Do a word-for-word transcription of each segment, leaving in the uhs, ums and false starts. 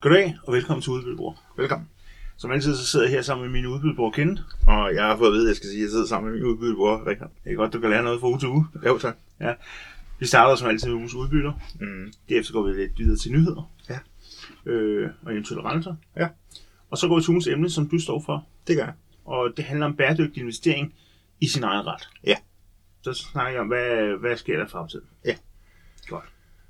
Goddag og velkommen til Udbyttebror. Velkommen. Som altid så sidder jeg her sammen med min udbyttebror Kenneth. Og jeg har fået at vide, at jeg skal sige, at jeg sidder sammen med min udbyttebror Richard. Det er godt, du kan lære noget fra uge til uge. Jo, tak. Ja. Vi starter som altid med ugens udbytter. Mm. Derefter går vi lidt videre til nyheder. Ja. Øh, og eventuelle renter. Ja. Og så går vi til ugens emne, som du står for. Det gør jeg. Og det handler om bæredygtig investering i sin egen ret. Ja. Så snakker jeg om, hvad, hvad sker der i fremtiden. Ja. Godt.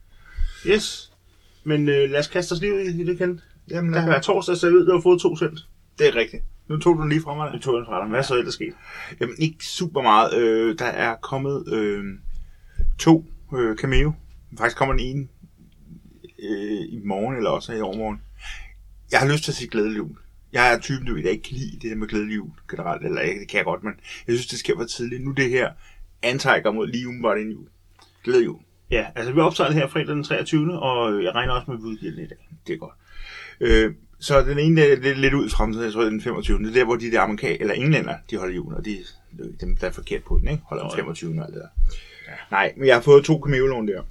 Yes. Men øh, lad os kaste os lige i det, Kenneth. Jamen, Der kan være torsdag, så jeg ved, at du har fået to cent. Det er rigtigt. Nu tog du den lige fra mig. Jeg tog den fra dig. Hvad så ellers sket? Jamen, ikke super meget. Øh, der er kommet øh, to øh, Cameo. Faktisk kommer den ene øh, i morgen, eller også i overmorgen. Jeg har lyst til at sige glædelig jul. Jeg er typen, der ikke kan lide det der med glædelig jul generelt. Eller ikke, det kan jeg godt, men jeg synes, det sker for tidligt. Nu det her antrækker mod lige umiddelbart en jul. Glædelig jul. Ja, altså vi optager det her fredag den treogtyvende og jeg regner også med, at vi udgiver den i dag. Det er godt. Øh, så den ene der er lidt, lidt ud i fremtiden, jeg tror det er den femogtyvende. Det er der, hvor de der amerikanere, eller englænder, de holder jul, og de, dem der er forkert på den, ikke? Holder den femogtyvende og alt det der. Ja. Nej, men jeg har fået to Cameo-lån der.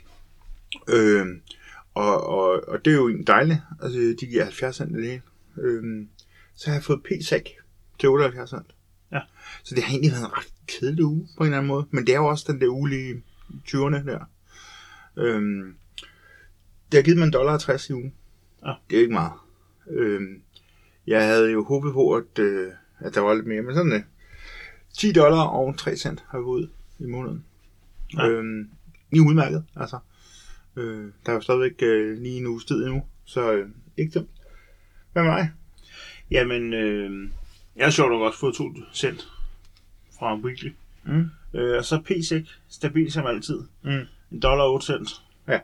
Øh, og, og, og det er jo dejligt. Altså, de giver halvfjerds cent det hele. Øh, så har jeg fået P-S E C til otteoghalvfjerds cent. Ja. Så det har egentlig været en ret kedelig uge på en eller anden måde. Men det er jo også den der ugelige tyverne der. Øh, det har givet mig en dollar og tres i ugen. Ja. Det er ikke meget. Øhm, jeg havde jo håbet på, at, øh, at der var lidt mere, men sådan det. ti dollar og tre cent har vi ud i måneden. Ja. Øhm, lige udmærket, altså. Øh, der er jo stadigvæk øh, lige en uges tid endnu, så øh, ikke dumt. Hvad med mig? Jamen, øh, jeg har sjovt nok også fået to cent fra Weekly. Mm. Øh, og så P-S E C, stabil som altid. Mm. En dollar og otte cent. Ja.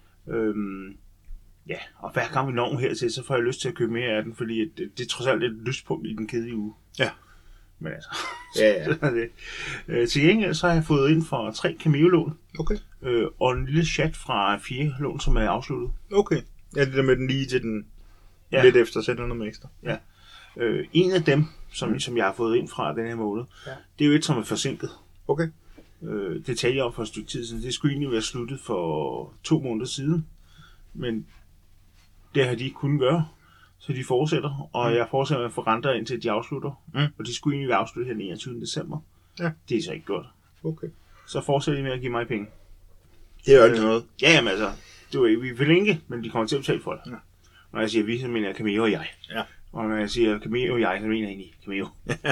Øhm, ja, og hver gang vi når hertil, så får jeg lyst til at købe mere af den, fordi det, det er trods alt et lyspunkt i den kedelige uge. Ja. Men altså, Ja, ja. så er det. Øh, til gengæld så har jeg fået ind for tre Cameo-lån, Okay. øh, og en lille chat fra fire lån, som er afsluttet. Okay. Ja, det der med den lige til den Ja. lidt efter, sætter noget med ekstra. Ja. Øh, en af dem, som, mm. som jeg har fået ind fra den her måned, Ja. det er jo et, som er forsinket. Okay. Øh, det talte jeg om for et stykke tid siden. Det skulle egentlig være sluttet for to måneder siden, men det har de ikke kunnet gøre, så de fortsætter, og mm. jeg fortsætter med at få renter indtil de afslutter, Mm. og de skulle egentlig være afsluttet her den enogtyvende december. Ja. Det er så ikke godt. Okay. Så fortsætter de med at give mig penge. Det er jo altid noget. Ja, jamen altså, det var ikke, vi vil ikke, men de kommer til at betale for det. Ja. Når jeg siger vi, så mener jeg Cameo og jeg. Ja. Og når jeg siger Cameo og jeg, så mener jeg egentlig Cameo.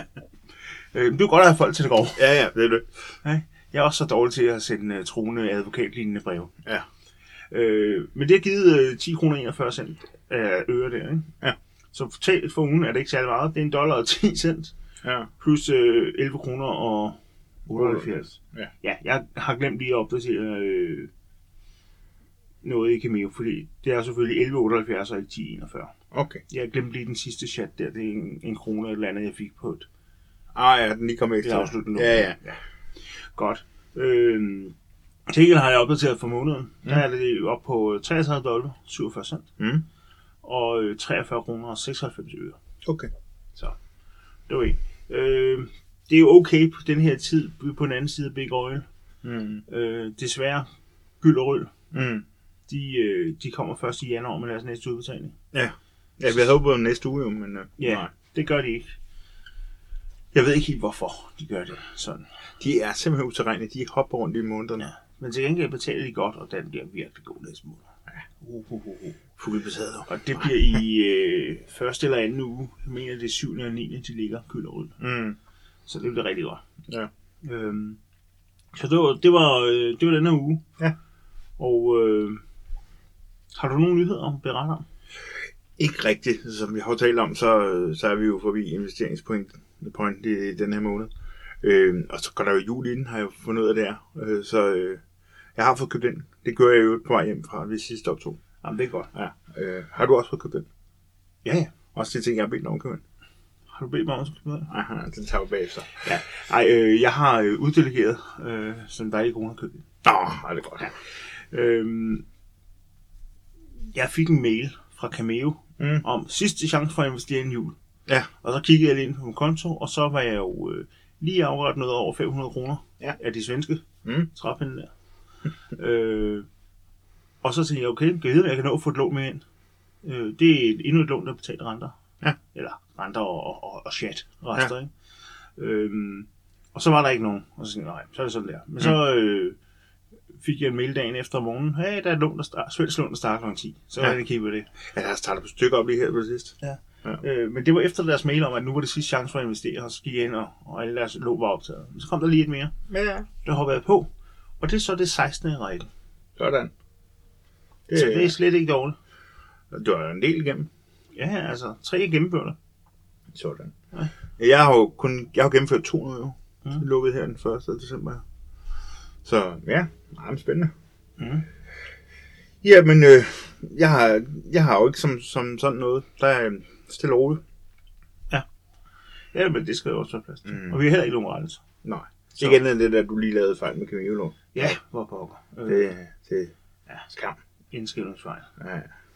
øh, det er jo godt at have folk til det går. Ja, ja, det er det. Jeg er også så dårlig til at sende uh, truende advokatlignende breve. Ja. Øh, men det har givet uh, ti kroner og enogfyrre cent af øre der, ikke? Ja. Så totalt for ugen er det ikke særlig meget. Det er en dollar og ti cent. Ja. Plus øh, elleve kroner og otteoghalvfjerds. Ja. Ja, jeg har glemt lige at opdatere øh, noget i Cameo, fordi det er selvfølgelig elleve otteoghalvfjerds og ikke ti enogfyrre. Okay. Jeg glemte lige den sidste chat der. Det er en, en krone eller et eller andet, jeg fik på et. Ah ja, den lige kom Det ekstra. er afsluttet nu. Ja, ja. ja. Godt. Øh, til gengæld har jeg opdateret for måneden. Mm. Der er det op på treogtredive dollar, syvogfyrre cent. Mm. Og øh, treogfyrre kroner og seksoghalvfems øre. Okay. Så, det var ikke. Øh, det er jo okay på den her tid, på den anden side af Big Oil. Mm. Øh, desværre, Gyld og Rød, Mm. de, øh, de kommer først i januar med deres næste udbetaling. Ja. Ja, vi havde håbet på næste uge jo, men uh, Ja, nej. det gør de ikke. Jeg ved ikke helt, hvorfor de gør det sådan. De er simpelthen utilregnelige. De hopper rundt i månederne. Ja. Men til gengæld betaler de godt, og den bliver virkelig god næste måned. Uh, uh, uh, uh. Fuglebetaget. Og det bliver i øh, første eller anden uge. Jeg mener, det er syvende og niende de ligger, Gyld og Rød. Mm. Så det bliver rigtig godt. Ja. Øhm, så det var, det var, øh, det var den her uge. Ja. Og øh, har du nogle nyheder at berette om? Ikke rigtigt. Som vi har talt om, så, så er vi jo forbi investeringspoint point i den her måned. Øh, og så går der jo jul inden, har jeg jo fundet ud af det her. Øh, så øh, jeg har fået købt den. Det gør jeg jo på vej hjem fra, hvis sidste optog. Jamen, det er godt. Ja. Øh, har du også fået købt den? Ja, ja. Også de ting, jeg har bedt nogen købe den. Har du bedt mig om at købe den? Aha, den tager jo bagefter. Ja. Ej, øh, jeg har øh, uddelegeret, øh, som dejlige kroner købt den. Nå, er det godt. Ja. Øhm, jeg fik en mail fra Cameo Mm. om sidste chance for at investere i en jul. Ja. Og så kiggede jeg lige ind på min konto, og så var jeg jo øh, lige afrettet noget over fem hundrede kroner Ja. af de svenske Mm. træpinde der. øh, og så tænkte jeg, okay, kan jeg vide, om jeg kan nå at få et lån med ind? Øh, det er et, endnu et lån, der betaler renter. Ja. Eller renter og, og, og chat rester, ja. Ikke? Øhm, og så var der ikke nogen. Og så tænkte jeg, nej, så er det sådan der. Men mm. så øh, fik jeg en mail dagen efter om morgenen. Hey, der er et lån, der starter, svensk lån, der starter klokken ti. Så ja. Jeg kigge på det. Ja, jeg starter på stykker op lige her på det sidste. Ja. Ja. Øh, men det var efter deres mail om, at nu var det sidste chance for at investere, og så gik jeg ind, og, og alle deres lån var optaget. Så kom der lige et mere, ja. Der hoppede på, og det er så det sekstende i rækken. Sådan. Det, så det er slet ikke dårligt. Du har en del igennem. Ja, altså tre gennemførte. Sådan. Ja. Jeg har jo kun jeg har gennemført to nu jo. Mm. Lukket her den første december. Så ja, meget spændende. Mm. Ja, men øh, jeg har jeg har jo ikke som, som sådan noget. Der er stille og roligt. Ja. Ja, men det skal jo også være plads til. Mm. Og vi har heller ikke nogen rettelse. Nej. Så. Ikke andet end det, der du lige lavede fejl med Camilo. Ja, hvor pokker. Det, det ja, skam. Indskrivningsfejl. Ja.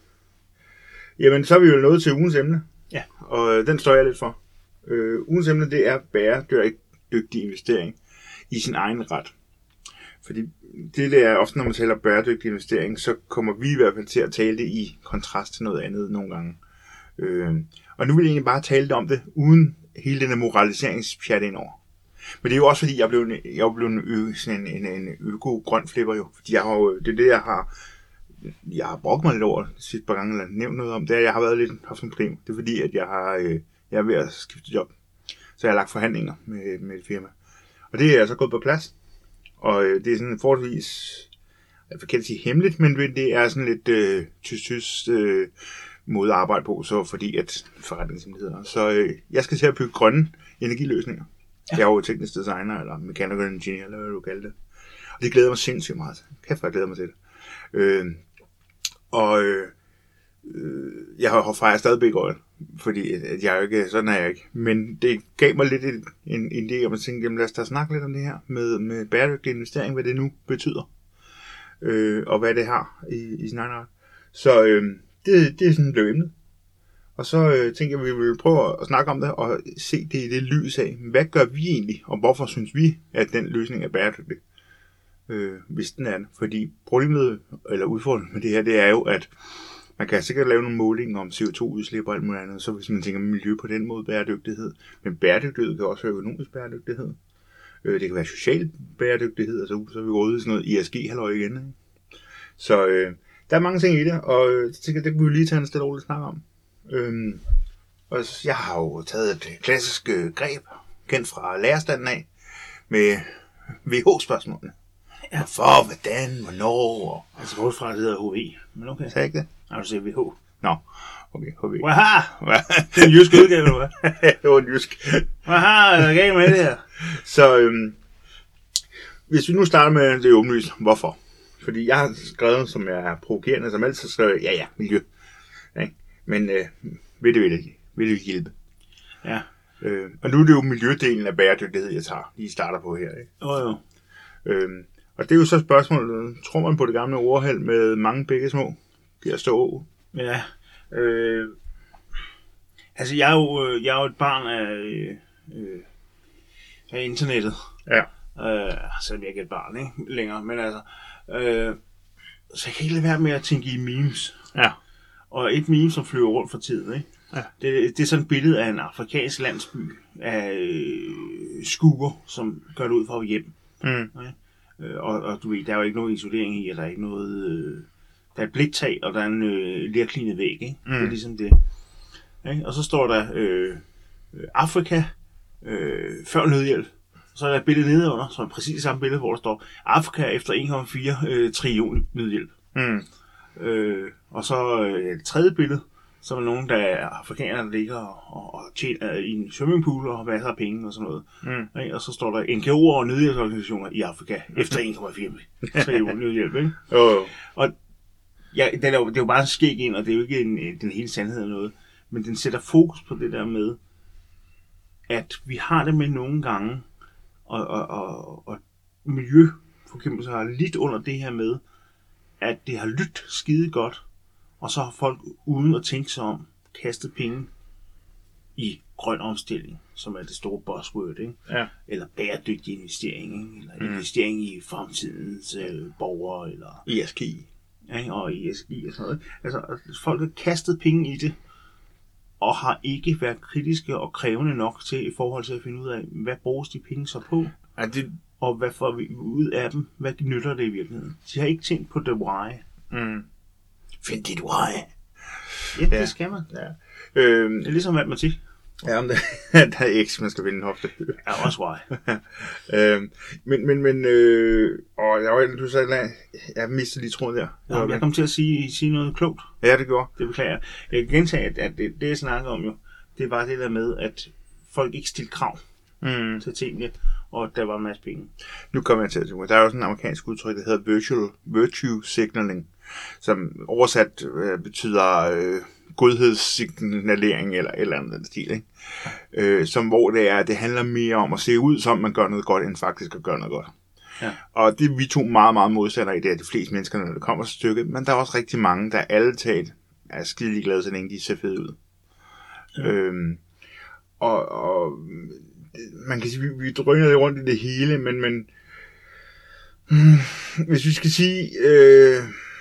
Jamen, så er vi jo nået til ugens emne. Ja. Og øh, den står jeg lidt for. Øh, ugens emne, det er bæredygtig investering i sin egen ret. Fordi det, det er ofte, når man taler bæredygtig investering, så kommer vi i hvert fald til at tale det i kontrast til noget andet nogle gange. Øh, og nu vil jeg egentlig bare tale om det, uden hele den moraliseringspjat ind over. Men det er jo også fordi, jeg er blevet, jeg er blevet en, sådan en, en, en øko-grøn flipper jo. Fordi jeg har jo, det er det, jeg har... Jeg har brugt mig lidt over de sidste par gange, eller nævnt noget om det, jeg har været lidt haft en problem. Det er fordi, at jeg, har, øh, jeg er ved at skifte job. Så jeg har lagt forhandlinger med, med et firma. Og det er altså gået på plads. Og øh, det er sådan forholdsvis, jeg kan ikke sige hemmeligt, men det er sådan lidt øh, tysk-tysk øh, måde at arbejde på, så fordi at forretningshemmeligheder. Så øh, jeg skal til at bygge grønne energiløsninger. Ja. Jeg er jo teknisk designer, eller mechanical engineer, eller hvad du kalder det. Og det glæder mig sindssygt meget. Kæft, jeg glæder mig til det. Øh, og øh, jeg har fejret stadig Big Oil, fordi at jeg er ikke, sådan er jeg ikke. Men det gav mig lidt en, en, en idé om at tænke, jamen lad os da snakke lidt om det her med, med bæredygtig investering, hvad det nu betyder, øh, og hvad det har i, i sin egen ret. Så øh, det, det er sådan blevet emnet. Og så øh, tænker jeg, at vi vil prøve at snakke om det og se det i det lys af, hvad gør vi egentlig, og hvorfor synes vi, at den løsning er bæredygtig? Øh, hvis den er det. Fordi problemet, eller udfordringen med det her, det er jo, at man kan sikkert lave nogle målinger om C O to udslip og alt muligt andet, så hvis man tænker miljø på den måde, bæredygtighed. Men bæredygtighed kan også være økonomisk bæredygtighed. Øh, det kan være social bæredygtighed, altså så er vi gået ud i sådan noget E S G-halløj igen. Ikke? Så øh, der er mange ting i det, og øh, det kan vi jo lige tage en stille og roligt snak om. Øh, og jeg har jo taget et klassisk øh, greb, kendt fra lærerstanden af, med V H-spørgsmålene. Ja. Hvorfor, hvordan, hvornår? Og... Altså, vores fra det hedder H V, men okay. Sagde ikke det? Nej, du siger V H. Nå, okay, H V. Waha! Det er en jysk udgave, eller hvad? Det var en jysk. Waha, jeg er galt med det her. Så, øhm, hvis vi nu starter med det åbenlyst, hvorfor? Fordi jeg har skrevet, som jeg er provokerende, som altid skrevet, ja ja, miljø. Ja, men øh, vil det vil det, vil det hjælpe? Ja. Øh, og nu er det jo miljødelen af bæredygtighed, jeg tager, lige starter på her, ikke? Jo jo. Øhm, og det er jo så spørgsmålet, tror man på det gamle ordheld med mange begge små? Giver stå? Ja. Øh, altså, jeg er, jo, jeg er jo et barn af, øh, af internettet. Ja. Øh, selvom jeg ikke er et barn, ikke? Længere, men altså... Øh, så jeg kan ikke lade være med at tænke i memes. Ja. Og et meme, som flyver rundt for tiden, ikke? Ja. Det, det er sådan et billede af en afrikansk landsby af øh, skuer, som gør det ud for hjem. Mm. Okay? Øh, og, og du ved, der er jo ikke noget isolering i, og der er ikke noget... Øh, der er et bliktag, og der er en øh, lerklinet væg, ikke? Mm. Det er ligesom det. Okay? Og så står der øh, Afrika øh, før nødhjælp. Så er der et billede nedenunder, som er præcis samme billede, hvor der står Afrika efter en komma fire øh, trillion nødhjælp. Mm. Øh, og så øh, et tredje billede, så er der nogen, der er afrikanere, der ligger og, og tjener i en swimmingpool og har masser af penge og sådan noget. Mm. Og så står der N G O'er og nødhjælpsorganisationer i Afrika efter en komma fire trillion nødhjælp. Ikke? Oh. Og ja, det, er jo, det er jo bare en skæg ind, og det er jo ikke en, den hele sandhed eller noget. Men den sætter fokus på det der med, at vi har det med nogle gange, og, og, og, og miljø for eksempel så har lidt under det her med, at det har lyttet skide godt, og så har folk uden at tænke sig om kastet penge i grøn omstilling, som er det store buzzword, ikke? Ja. Eller bæredygtig investering, ikke? Eller mm. investering i fremtidens øh, borgere, eller E S G. ja, og E S G og sådan noget. Altså, folk har kastet penge i det, og har ikke været kritiske og krævende nok til i forhold til at finde ud af, hvad bruges de penge så på, ja, det... og hvad får vi ud af dem, hvad nytter det i virkeligheden. De har ikke tænkt på the why. Mm. Find dit why. Ja, det ja. skal man. Ja. Øhm, det er ligesom matematik. Ja, om der, der er X, man skal vinde en hofte. Ja, også why. øhm, men, men, men, øh, åh, jeg var du sagde, nej, jeg mistede lige tråden der. Ja, jeg kom til at sige, sige noget klogt. Ja, det gjorde. Det beklager jeg. Jeg kan gentage, at, at det, det, jeg snakker om jo, det var det der med, at folk ikke stillede krav mm. til tingene, og der var en masse penge. Nu kommer jeg til at tænke, der er jo sådan en amerikansk udtryk, der hedder virtual, virtue signaling, som oversat øh, betyder øh, godhedssignalering eller et eller andet stil, ikke? Øh, som hvor det er, det handler mere om at se ud som man gør noget godt, end faktisk at gøre noget godt. Ja. Og det er vi to meget, meget modstandere i det, at de fleste mennesker, når det kommer til stykket, men der er også rigtig mange, der alle talt er skide glade, så længe de ser fede ud. Ja. Øhm, og, og man kan sige, vi, vi drøner lidt rundt i det hele, men, men hmm, hvis vi skal sige, øh,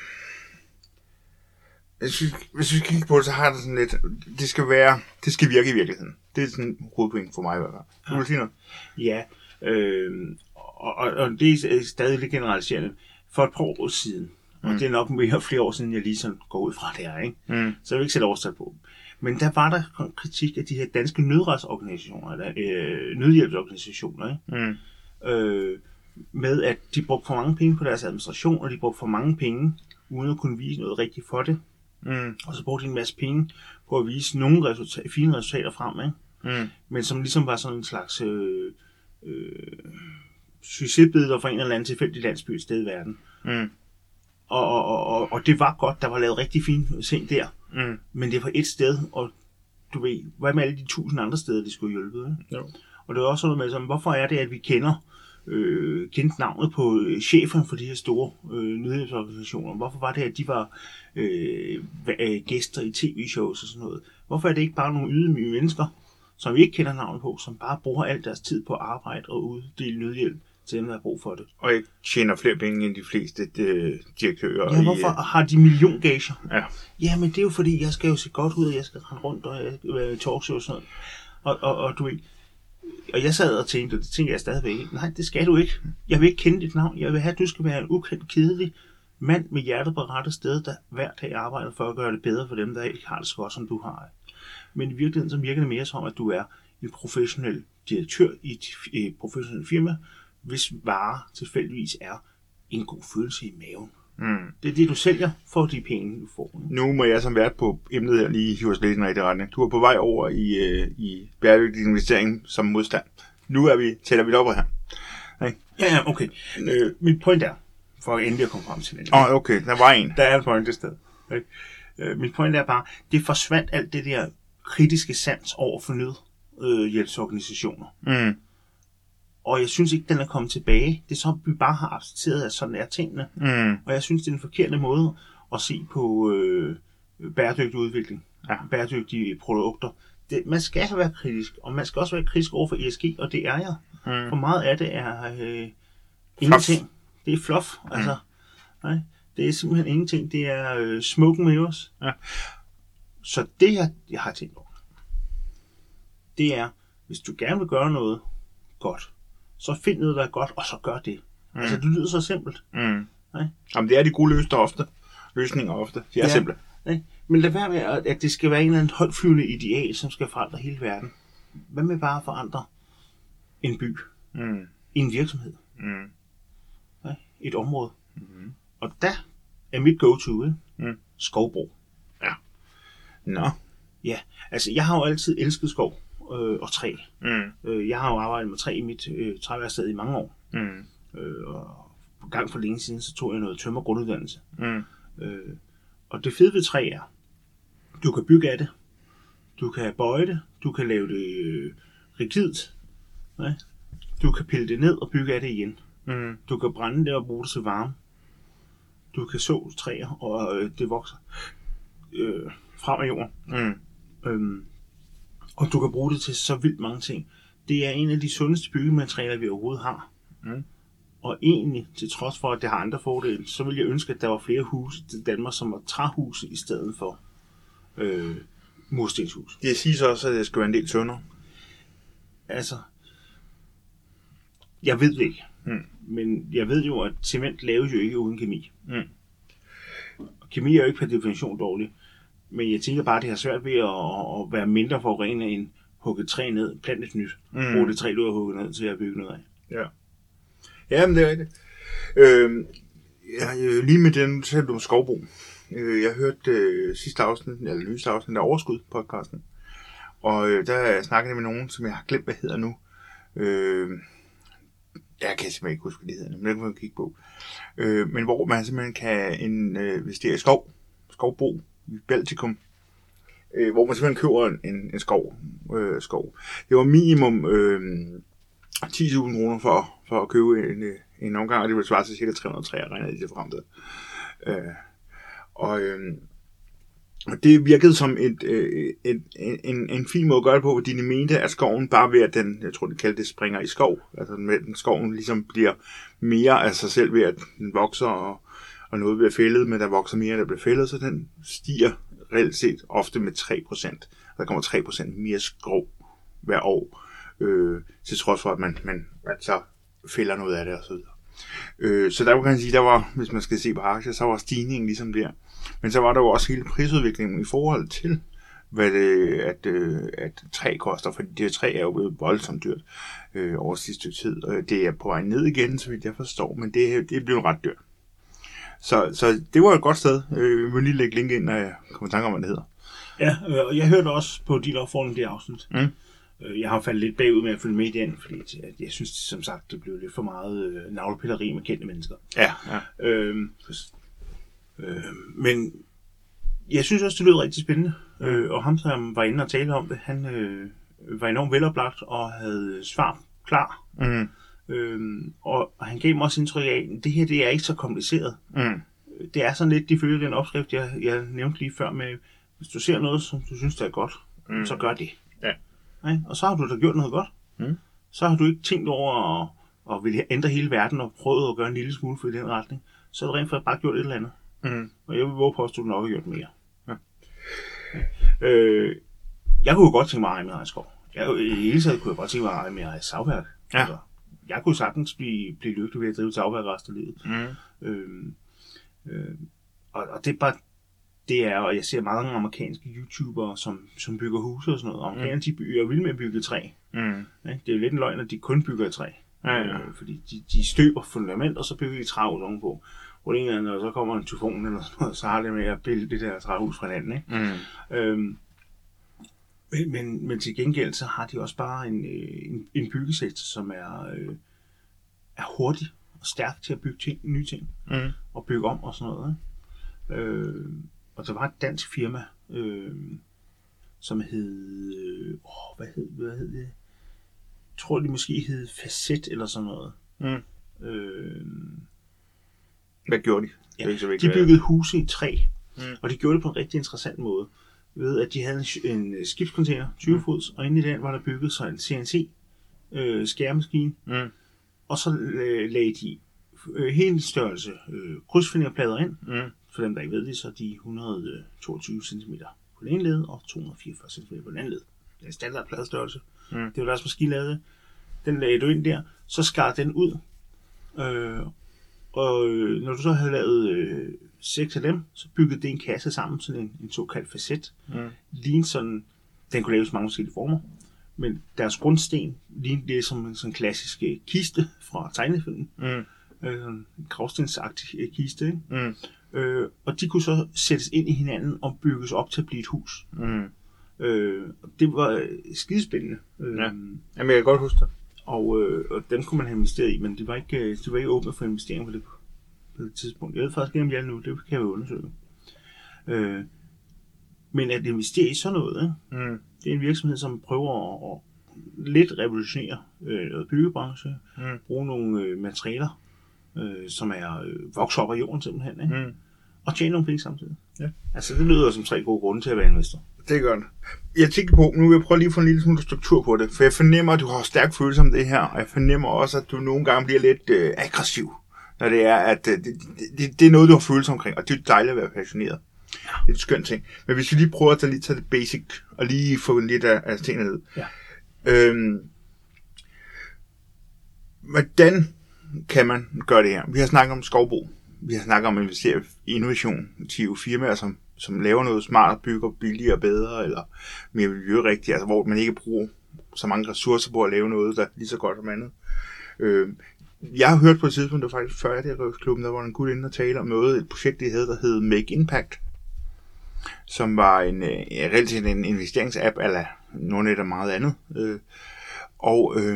hvis, vi, hvis vi skal kigge på det, så har det sådan lidt, det skal være, det skal virke i virkeligheden. Det er sådan en hovedpoint for mig i hvert fald. Du vil sige noget? Ja, øh, og, og det er stadig lidt generaliserende. For et par år siden, mm. og det er nok mere flere år siden, jeg lige sådan går ud fra det her, ikke? Mm. Så jeg vil ikke sætte årstal på. Men der var der kritik af de her danske nødretsorganisationer, eller øh, nødhjælpsorganisationer, ikke? Mm. Øh, med at de brugte for mange penge på deres administration, og de brugte for mange penge, uden at kunne vise noget rigtigt for det. Mm. Og så brugte de en masse penge på at vise nogle resultater, fine resultater frem, ikke? Mm. Men som ligesom var sådan en slags øh, øh, succesbilleder fra en eller anden tilfældig landsby et sted i verden. Mm. Og, og, og, og det var godt, der var lavet rigtig fine ting der. Mm. Men det var et sted, og du ved, hvad med alle de tusind andre steder, de skulle hjælpe? Ikke? Jo. Og det er også noget med, sådan, hvorfor er det, at vi kender øh, kendte navnet på øh, chefen for de her store øh, nyhedsorganisationer? Hvorfor var det, at de var øh, gæster i tv-shows og sådan noget? Hvorfor er det ikke bare nogle ydmyge mennesker, som vi ikke kender navnet på, som bare bruger al deres tid på arbejde og uddele nødhjælp til dem, der har brug for det? Og ikke tjener flere penge end de fleste de, direktører. Ja, hvorfor i, har de milliongager? Ja. Ja, men det er jo fordi, jeg skal jo se godt ud, og jeg skal rende rundt og jeg skal være i talkshow og sådan noget. Og, og, og du ved, og jeg sad og tænkte, og det tænker jeg stadigvæk, nej, det skal du ikke. Jeg vil ikke kende dit navn. Jeg vil have, at du skal være en ukendt, kedelig mand med hjertet på rette sted, der hver dag arbejder for at gøre det bedre for dem, der ikke har det så godt, som du har. Men i virkeligheden så virker det mere som, at du er en professionel direktør i et, et professionelt firma, hvis vare tilfældigvis er en god følelse i maven. Mm. Det er det, du sælger for de penge, du får. Nu må jeg som vært på emnet her lige hive os lidt i den rigtige retning. Du er på vej over i, øh, i bæredygtig investering som modstand. Nu er vi, tæller vi det op her. Okay. Ja, ja, okay. Øh, mit point er, for at endelig at komme frem til det. Åh, oh, okay, der var en. Der er en point det sted. Okay. Øh, mit point er bare, det forsvandt alt det der kritiske sans over for nødhjælpsorganisationer. Mm. Og jeg synes ikke, den er kommet tilbage. Det er så, vi bare har accepteret, at sådan er tingene. Mm. Og jeg synes, det er en forkert måde at se på øh, bæredygtig udvikling. Ja. Bæredygtige produkter. Det, man skal være kritisk, og man skal også være kritisk over for E S G, og det er jeg. Mm. For meget af det er øh, ingenting. Det er fluff. Mm. Altså, nej, det er simpelthen ingenting. Det er øh, smoke and mirrors. Ja. Så det her, jeg har tænkt over, det er, hvis du gerne vil gøre noget godt, så find noget, der er godt, og så gør det. Mm. Altså, det lyder så simpelt. Mm. Nej? Jamen, det er de gode løsninger ofte. Løsninger ofte. De er ja. simple. Nej? Men lad være med, at det skal være en eller anden højtflyvende ideal, som skal forandre hele verden. Hvad med bare at forandre en by? Mm. En virksomhed? Mm. Nej? Et område? Mm. Og der er mit go-to, ikke? Mm. Skovbrug. Ja. Nå. Ja, altså, jeg har jo altid elsket skov. Øh, og træ. Mm. Øh, jeg har jo arbejdet med træ i mit øh, træværksted i mange år. Mm. Øh, og på gang for længe siden, så tog jeg noget tømmer grunduddannelse. Mm. Øh, og det fede ved træ er, du kan bygge af det, du kan bøje det, du kan lave det øh, rigidt, nej? Du kan pille det ned og bygge af det igen. Mm. Du kan brænde det og bruge det til varme. Du kan så træer, og øh, det vokser øh, frem af jorden. Mm. Øh, Og du kan bruge det til så vildt mange ting. Det er en af de sundeste byggematerialer, vi overhovedet har. Mm. Og egentlig, til trods for, at det har andre fordele, så ville jeg ønske, at der var flere huse til Danmark, som var træhuse i stedet for øh, murstenshus. Det siges også, at det skal være en del tyndere. Altså, jeg ved det ikke. Mm. Men jeg ved jo, at cement laves jo ikke uden kemi. Mm. Og kemi er jo ikke per definition dårlig. Men jeg tænker bare, at det har svært ved at, at være mindre forurenet end hugge træ ned, plante et nyt. Mm. Bruge det træ, du har hugget ned, til at bygge noget af. Ja. Jamen, det er rigtigt. Øh, jeg, lige med den, nu talte du om skovbrug. Øh, jeg hørte øh, sidste afsnit, eller nyeste afsnit af Overskud podcasten. Og øh, der snakkede jeg med nogen, som jeg har glemt, hvad hedder nu. Øh, jeg kan simpelthen ikke huske, hvad det hedder, men det kan man kigge på. Øh, men hvor man simpelthen kan investere i skov, skovbrug i Baltikum. Øh, hvor man simpelthen køber en, en skov, øh, skov. Det var minimum øh, ti tusind kroner for, for at købe en, en omgang, og det ville svare til cirka tre hundrede træer, regner de frem til. Øh, og, øh, og det virkede som et, øh, et, en, en fin måde at gøre det på, fordi de mente, at skoven bare ved, at den, jeg tror, de kaldte det springer i skov, altså med den skoven ligesom bliver mere af sig selv ved, at den vokser, og, og noget bliver fældet, men der vokser mere, der bliver fældet, så den stiger reelt set ofte med tre procent. Der kommer tre procent mere skov hver år, øh, til trods for, at man, man altså fælder noget af det og så videre. Øh, så der kan man sige, der var, hvis man skal se på aktier, så var stigningen ligesom der. Men så var der jo også hele prisudviklingen i forhold til, hvad det, at, øh, at træ koster, fordi det træ er jo blevet voldsomt dyrt øh, over sidste stykke tid. Og det er på vej ned igen, så vidt jeg forstår, men det, det er blevet ret dyrt. Så, så det var et godt sted. Øh, vi må lige lægge link ind, når jeg kommer i tanke om, hvad det hedder. Ja, øh, og jeg hørte også på din opfordring det afsnit. Mm. Øh, jeg har faldet lidt bagud med at følge med i den, fordi jeg, jeg synes, som sagt, det blev lidt for meget øh, navlepilleri med kendte mennesker. Ja, ja. Øh, øh, men jeg synes også, det lød rigtig spændende. Mm. Øh, og ham, som var inde og tale om det, han øh, var enormt veloplagt og havde svar klar. Mm. Øhm, og han gav mig også indtryk af, at det her det er ikke så kompliceret. Mm. Det er sådan lidt, de følger den opskrift, jeg, jeg nævnte lige før med, hvis du ser noget, som du synes, der er godt, mm. så gør det. Ja. Ja, og så har du da gjort noget godt. Mm. Så har du ikke tænkt over at, at ville ændre hele verden og prøvet at gøre en lille smule for i den retning. Så har du rent faktisk bare gjort et eller andet. Mm. Og jeg vil våge på, at du nok har gjort mere. Ja. Ja. Øh, jeg kunne jo godt tænke mig at eje med eget skov. Jeg, I hele taget kunne jeg godt tænke mig at eje med eget savværk. Ja. Altså, jeg kunne sagtens blive, blive lykkelig ved at drive savværk resten af livet. Mm. Øhm, øh, og, og det er bare, det er, og jeg ser mange amerikanske YouTubere, som, som bygger huse og sådan noget. Amerikanerne, mm. de bygger jo vildt med at bygge træ. Mm. Ja, det er jo lidt en løgn, at de kun bygger træ. Ja, ja. Øh, fordi de, de støber fundament, og så bygger de træhus ovenpå. Og det er, når så kommer en tyfon eller sådan noget, så har det med at bilde det der træhus fra hinanden. Ikke? Mm. Øhm, men, men til gengæld, så har de også bare en, en, en byggesektor, som er, øh, er hurtig og stærk til at bygge ting, nye ting. Mm. Og bygge om og sådan noget. Ikke? Øh, og der var et dansk firma, øh, som hed... Øh, åh, hvad hed, hvad hed det? Jeg tror, det måske hed Facet eller sådan noget. Mm. Øh, Hvad gjorde de? Ja, de byggede huse i træ, mm. og de gjorde det på en rigtig interessant måde. Ved at de havde en, en skibscontainer, tyve fods, mm. og inde i den var der bygget så en C N C øh, skæremaskine, mm. og så øh, lagde de øh, hele størrelse øh, krydsfinerplader ind. Mm. For dem, der ikke ved det, så er de et hundrede og toogtyve centimeter på den ene led, og to hundrede og fireogfyrre centimeter på den anden led. Det er en standard pladestørrelse. Mm. Det var deres maskine lavede. Den lagde du ind der, så skar den ud. Øh, og øh, når du så havde lavet øh, seks af dem, så byggede det en kasse sammen, sådan en, en såkaldt facet. Mm. Lignede sådan, den kunne laves i mange forskellige former. Men deres grundsten lignede det som en sådan klassisk øh, kiste fra tegnefilmen. Mm. Øh, en gravstensagtig øh, kiste, ikke? Mm. Øh, og de kunne så sættes ind i hinanden og bygges op til at blive et hus. Mm. Øh, og det var skidespændende. Øh, ja. Jamen, jeg kan godt huske det. Og, øh, og dem kunne man have investeret i, men det var ikke, det var ikke åbent for investering på det, på det tidspunkt. Jeg ved faktisk ikke, om jeg er nu. Det kan jeg jo undersøge. Øh, men at investere i sådan noget, ikke? Mm. Det er en virksomhed, som prøver at, at lidt revolutionere øh, noget byggebranche, mm. bruge nogle øh, materialer, øh, som er øh, vokset op af jorden simpelthen, ikke? Mm. Og tjene nogle penge samtidig. Ja. Altså, det lyder som tre gode grunde til at være investor. det gør det. Jeg tænker på, nu vil jeg prøve lige at få en lille smule struktur på det, for jeg fornemmer, at du har stærk følelse om det her, og jeg fornemmer også, at du nogle gange bliver lidt øh, aggressiv, når det er, at øh, det, det, det er noget, du har følelse omkring, og det er dejligt at være passioneret. Det er en skøn ting. Men hvis vi lige prøver at tage, lige tage det basic, og lige få lidt af, af tingene ned. Ja. Øhm, hvordan kan man gøre det her? Vi har snakket om skovbrug. Vi har snakket om at investere i innovative firmaer, som, som laver noget smart, bygger billigere og bedre, eller mere miljørigtigt, altså hvor man ikke bruger så mange ressourcer på at lave noget, der er lige så godt som andet. Øh, jeg har hørt på et tidspunkt, det var faktisk før det her Røvsklubben, der var en gut inde og tale om noget, et projekt, de havde, der hed Make Impact, som var en, ja, relativt en investeringsapp, eller noget af meget andet. Øh, og øh,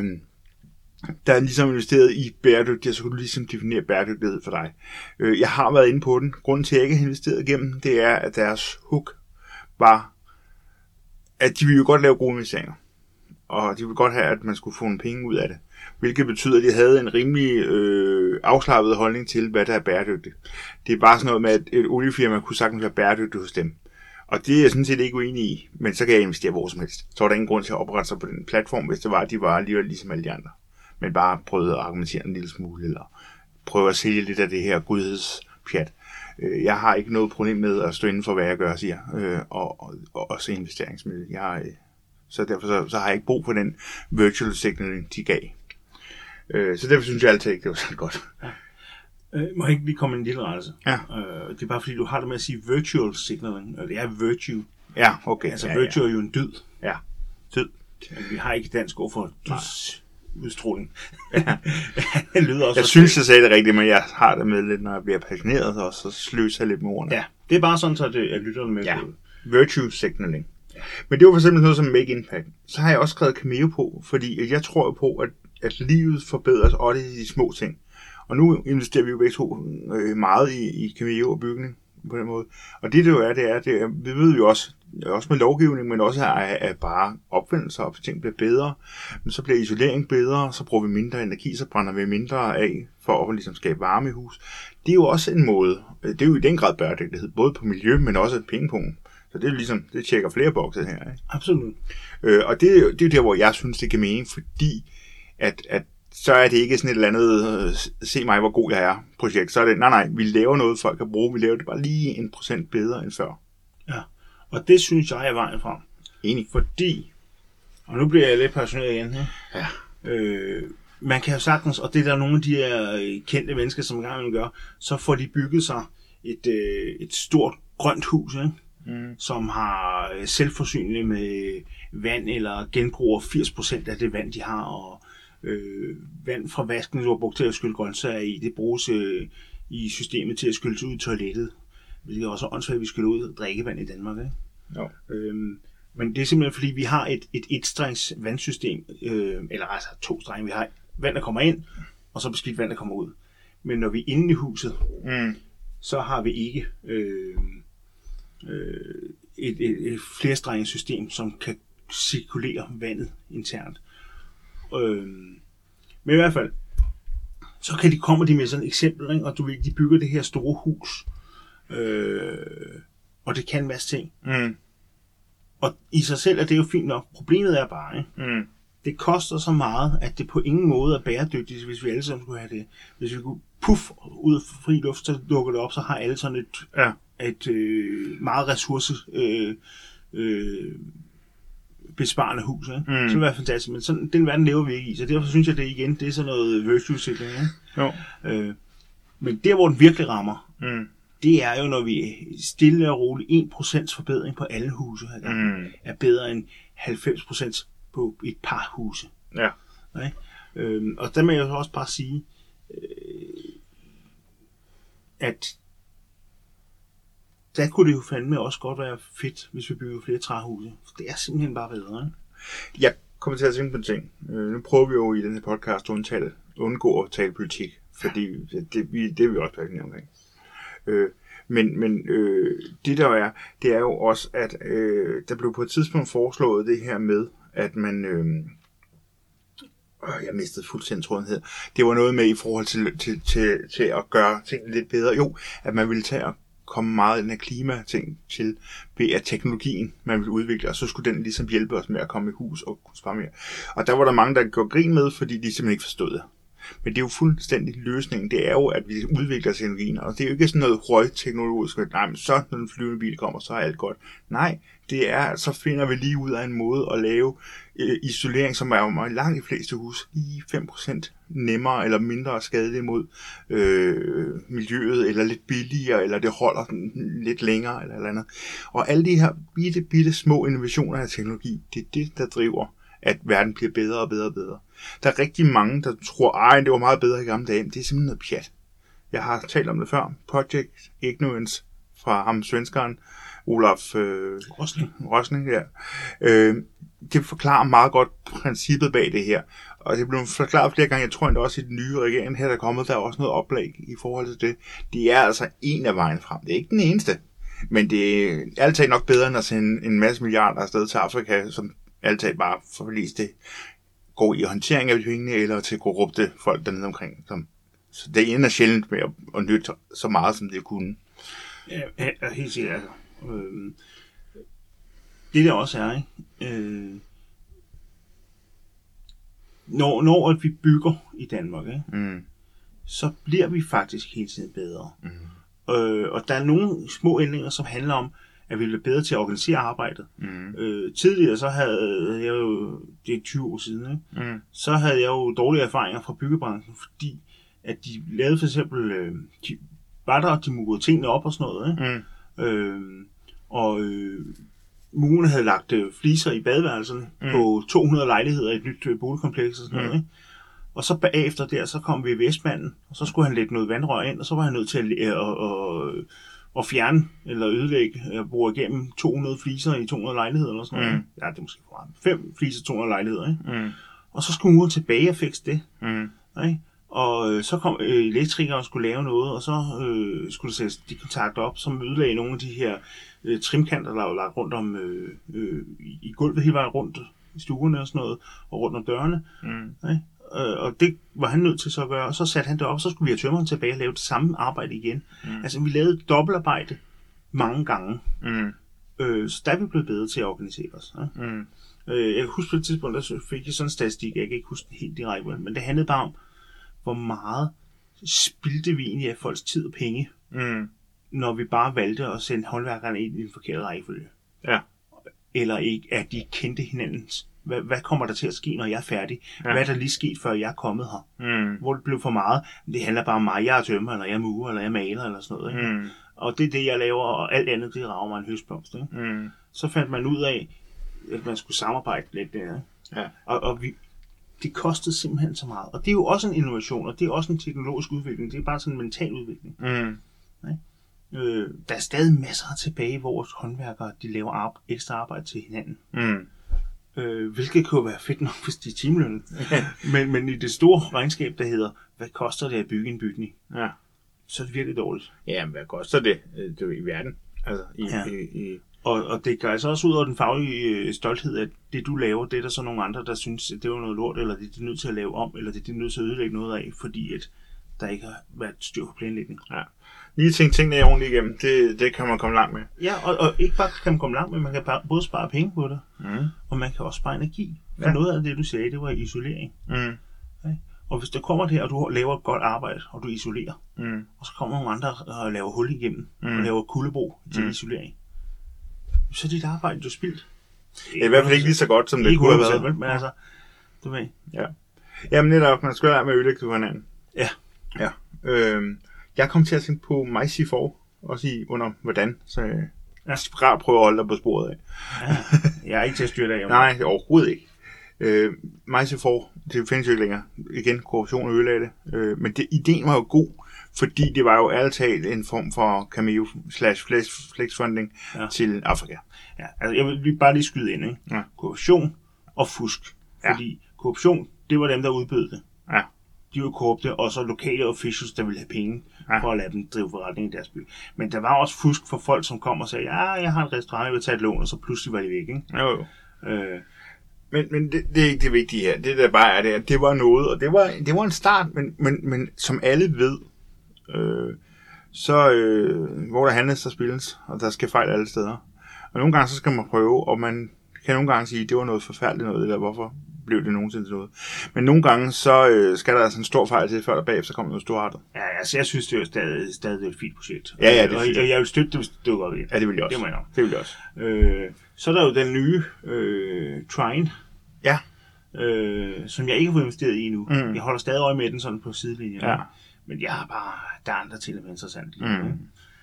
der er ligesom investeret i bæredygtighed, så kunne du ligesom definere bæredygtighed for dig. Øh, jeg har været inde på den. Grunden til, at jeg ikke har investeret igennem, det er, at deres hook var, at de ville jo godt lave gode investeringer. Og de ville godt have, at man skulle få nogle penge ud af det. Hvilket betyder, at de havde en rimelig øh, afslappet holdning til, hvad der er bæredygtigt. Det er bare sådan noget med, at et oliefirma kunne sagtens være bæredygtigt hos dem. Og det er jeg sådan set ikke uenig i, men så kan jeg investere hvor som helst. Så var der ingen grund til at oprette sig på den platform, hvis det var, at de var alligevel ligesom alle de andre. Men bare prøvede at argumentere en lille smule, eller prøve at sælge lidt af det her godhedspjat. Jeg har ikke noget problem med at stå inden for, hvad jeg gør, siger, og, og, og også investeringsmiddel. Jeg, så derfor så, så har jeg ikke brug for den virtual signaling, de gav. Så derfor synes jeg altid ikke, det var så godt. Ja. Øh, må jeg ikke lige komme en lille rettelse? Ja. Øh, det er bare fordi, du har det med at sige virtual signaling, og det er virtue. Ja, okay. Altså ja, virtue ja. er jo en dyd. Ja, dyd. Men vi har ikke dansk ord for dyds udstråling. Ja. Det lyder også jeg synes, jeg sagde det rigtigt, men jeg har det med lidt, når jeg bliver passioneret, og så sløser jeg lidt med ordene. Ja, det er bare sådan, så det er lytterne med ja. på. Virtue signaling. Ja. Men det var for eksempel noget som Make Impact. Så har jeg også skrevet Cameo på, fordi jeg tror på, at, at livet forbedres, og det er de små ting. Og nu investerer vi jo begge to meget i, i Cameo og bygning på den måde. Og det, det jo er, det er, det er, vi ved jo også, også med lovgivning, men også at, at bare opfindelser og ting bliver bedre. Men så bliver isolering bedre, så bruger vi mindre energi, så brænder vi mindre af for at ligesom skabe varme i hus. Det er jo også en måde, det er jo i den grad bæredygtighed, både på miljø, men også pengepunkt. Så det er jo ligesom, det tjekker flere bokse her. Ikke? Absolut. Øh, og det, det er jo der, hvor jeg synes, det giver mening, fordi at, at så er det ikke sådan et eller andet, øh, se mig, hvor god jeg er, projekt. Så er det, nej, nej, vi laver noget, folk kan bruge. Vi laver det bare lige en procent bedre end før. Ja, og det synes jeg er vejen frem. Enig. Fordi, og nu bliver jeg lidt passioneret igen her. Ja. Øh, man kan jo sagtens, og det er der nogle af de her kendte mennesker, som engang vil gøre, så får de bygget sig et, øh, et stort grønt hus, ikke? Mm. Som har selvforsynende med vand, eller genbruger firs procent af det vand, de har, og Øh, vand fra vasken, du har brugt til at skylle grøntsager i, det bruges øh, i systemet til at skylde ud i toilettet. Det er også åndssvagt, at vi skylder ud drikkevand i Danmark. Ikke? Jo. Øhm, men det er simpelthen fordi, vi har et, et etstrengs vandsystem, øh, eller altså to strenge. Vi har vand, der kommer ind, og så beskidt vand, der kommer ud. Men når vi er inde i huset, mm. så har vi ikke øh, øh, et, et, et flerstrenget system, som kan cirkulere vandet internt. Øhm, men i hvert fald så kan de komme de med sådan et eksempel, ikke? Og du ved, de bygger det her store hus, øh, og det kan en masse ting. Mm. Og i sig selv er det jo fint nok. Problemet er bare, ikke? Mm. Det koster så meget, at det på ingen måde er bæredygtigt, hvis vi alle sammen skulle have det. Hvis vi kunne puff ud af fri luft, så lukker det op, så har alle sådan et, ja. et øh, meget ressource øh, øh, besparende hus, ikke? Mm. Så det vil være fantastisk, men sådan, den verden lever vi ikke i, så derfor synes jeg, det igen, det er sådan noget virtue signaling, ikke? Jo. Øh, men der, hvor den virkelig rammer, mm. det er jo, når vi stille og roligt en procent forbedring på alle huse her, mm. er bedre end halvfems procent på et par huse. Ja. Okay? Øh, og der må jeg også bare sige, øh, at der kunne det jo fandme også godt være fedt, hvis vi bygger flere træhuse. Det er simpelthen bare bedre, ikke? Jeg kommer til at tænke på en ting. Øh, nu prøver vi jo i den her podcast at undtale, undgå at tale politik, fordi det, det, vi, det er vi også passionerede omkring. Øh, men men øh, det der er, det er jo også, at øh, der blev på et tidspunkt foreslået det her med, at man... Øh, jeg mistede fuldstændig tråden her. Det var noget med i forhold til, til, til, til at gøre tingene lidt bedre. Jo, at man ville tage og komme meget af den her klimating til, ved at teknologien, man vil udvikle, og så skulle den ligesom hjælpe os med at komme i hus og kunne spare mere. Og der var der mange, der går grin med, fordi de simpelthen ikke forstod det. Men det er jo fuldstændig løsningen. Det er jo, at vi udvikler teknologien, og det er jo ikke sådan noget højteknologisk, nej, men så når den flyvende bil kommer, så er alt godt. Nej, det er, så finder vi lige ud af en måde at lave øh, isolering, som er jo langt de fleste hus, lige fem procent nemmere eller mindre skadelig mod øh, miljøet, eller lidt billigere, eller det holder den lidt længere, eller eller andet. Og alle de her bitte, bitte små innovationer af teknologi, det er det, der driver, at verden bliver bedre og bedre og bedre. Der er rigtig mange, der tror, ej, det var meget bedre i gamle dage, men det er simpelthen noget pjat. Jeg har talt om det før. Project Ignorance fra ham svenskeren, Olaf øh, Rosling. Rosling, ja. Øh, det forklarer meget godt princippet bag det her. Og det blev forklaret flere gange, jeg tror endda også i den nye regering her, der er kommet, der er også noget oplag i forhold til det. Det er altså en af vejen frem. Det er ikke den eneste. Men det er altid nok bedre, end at sende en masse milliarder afsted til Afrika, som altid bare forlist det går i håndtering af pengene, eller til korrupte folk dernede omkring. Som, så det ender sjældent med at, at nytte så meget, som det kunne. Ja, ja helt sikkert. Altså. Øh, det der også er, ikke? Øh, når, når at vi bygger i Danmark, ikke? Mm. så bliver vi faktisk hele tiden bedre. Mm. Øh, og der er nogle små ændringer, som handler om, at vi bliver bedre til at organisere arbejdet. Mm. Øh, tidligere så havde jeg jo, det er tyve år siden, ikke? Mm. så havde jeg jo dårlige erfaringer fra byggebranchen, fordi at de lavede for eksempel, øh, de var der, de murede tingene op og sådan noget, ikke? Mm. Øh, og øh, murene havde lagt øh, fliser i badeværelserne mm. på to hundrede lejligheder i et nyt øh, boligkompleks og sådan mm. noget, ikke? Og så bagefter der, så kom vi Vestmanden, og så skulle han lægge noget vandrør ind, og så var han nødt til at, at, at, at fjerne eller ødelægge, at bruge igennem to hundrede fliser i to hundrede lejligheder eller sådan noget. Mm. Ja, det er måske for meget. Fem fliser i to hundrede lejligheder, ikke? Mm. Og så skulle hun tilbage og fikse det. Mm. Ikke? Og øh, så kom øh, elektrikeren og skulle lave noget, og så øh, skulle der sættes de kontakter op, som ødelagde nogle af de her øh, trimkanter, der var lagt rundt om øh, øh, i gulvet hele vejen rundt i stuerne og sådan noget, og rundt om dørene. Mm. Ikke? Og det var han nødt til så at gøre, og så satte han det op, og så skulle vi have tømmeren tilbage og lave det samme arbejde igen. Mm. Altså, vi lavede dobbeltarbejde mange gange. Mm. Øh, så der er vi blevet bedre til at organisere os. Ja? Mm. Øh, jeg kan huske på et tidspunkt, der fik jeg sådan en statistik, jeg kan ikke huske den helt direkte, men det handlede bare om, hvor meget spildte vi egentlig af folks tid og penge, mm. når vi bare valgte at sende håndværkerne ind i den forkerte rækkefølge. Ja. Eller ikke, at de kendte hinandens. Hvad, hvad kommer der til at ske, når jeg er færdig? Ja. Hvad er der lige sket, før jeg er kommet her? Mm. Hvor det blev for meget. Det handler bare om mig, jeg er tømmer, eller jeg er murer, eller jeg maler, eller sådan noget. Ikke? Mm. Og det er det, jeg laver, og alt andet, det rager mig en høstblomst. Ikke? Mm. Så fandt man ud af, at man skulle samarbejde lidt der. Ja. Og, og vi, det kostede simpelthen så meget. Og det er jo også en innovation, og det er også en teknologisk udvikling. Det er bare sådan en mental udvikling. Mm. Øh, der er stadig masser tilbage, hvor håndværkere de laver ar- ekstra arbejde til hinanden. Mm. Øh, hvilket kunne være fedt nok, hvis de er timelønnet. men, men i det store regnskab, der hedder, hvad koster det at bygge en bygning? Ja. Så er det virkelig dårligt. Ja, men hvad koster det, det er i verden? Altså, i, ja. i, i... Og, og det gør altså også ud over den faglige stolthed, at det du laver, det er der så nogle andre, der synes, at det var noget lort, eller det er de nødt til at lave om, eller det er de nødt til at ødelægge noget af, fordi at der ikke har været styr på planlægning. Ja. Lige tænke tingene ordentligt igennem, det, det kan man komme langt med. Ja, og, og ikke bare kan man komme langt med, man kan bare, både spare penge på det, mm. og man kan også spare energi. For ja. Noget af det, du sagde, det var isolering. Mm. Okay? Og hvis der kommer det, og du laver et godt arbejde, og du isolerer, mm. og så kommer nogle andre og laver hul igennem, mm. og laver kuldebro til mm. isolering, så er dit arbejde jo spildt. Det er i hvert fald ikke lige så godt, som det kunne have været. Men altså, du ved. Ja. Jamen netop, man skal være med at ødelægge til hinanden. Ja. Ja. Øhm. Jeg kom til at tænke på Mejsi for, også i under hvordan, så jeg skal bare prøve at holde dig på sporet af. Ja, jeg er ikke til at styre det. Nej, overhovedet ikke. Øh, Mejsi for, det findes jo ikke længere. Igen, korruption og ødelagde det. Øh, men det, ideen var jo god, fordi det var jo altid en form for cameo slash flexfunding ja. Til Afrika. Ja, altså jeg vil bare lige skyde ind, ikke? Ja. Korruption og fusk. Fordi ja. Korruption, det var dem, der udbød det. Ja. De var korrupte, og så lokale officials, der ville have penge ja. For at lade dem drive forretning i deres by. Men der var også fusk for folk, som kom og sagde, ja, jeg har en restaurant, jeg vil tage et lån, og så pludselig var de væk, ikke? Jo, jo. Øh. Men, men det, det er ikke det vigtige her. Det der bare er det, at det var noget, og det var, det var en start, men, men, men som alle ved, øh, så øh, hvor der handles og spilles, og der skal fejl alle steder. Og nogle gange så skal man prøve, og man kan nogle gange sige, at det var noget forfærdeligt noget, eller hvorfor blev det nogensinde til noget. Men nogle gange så øh, skal der altså en stor fejl til, før der bagefter kommer noget storartet. Ja, altså jeg synes, det er stadig, stadig et fint projekt. Ja, ja, det og, synes og jeg. jeg vil støtte det, hvis det var godt. Ja, det vil jeg også. Det må jeg nok. Det vil jeg også. Øh, så er der jo den nye øh, Trine. Ja. Øh, som jeg ikke har fået investeret i endnu. Mm. Jeg holder stadig øje med den sådan på sidelinjen. Ja. Men jeg har bare, der er andre til at være interessant. Mm.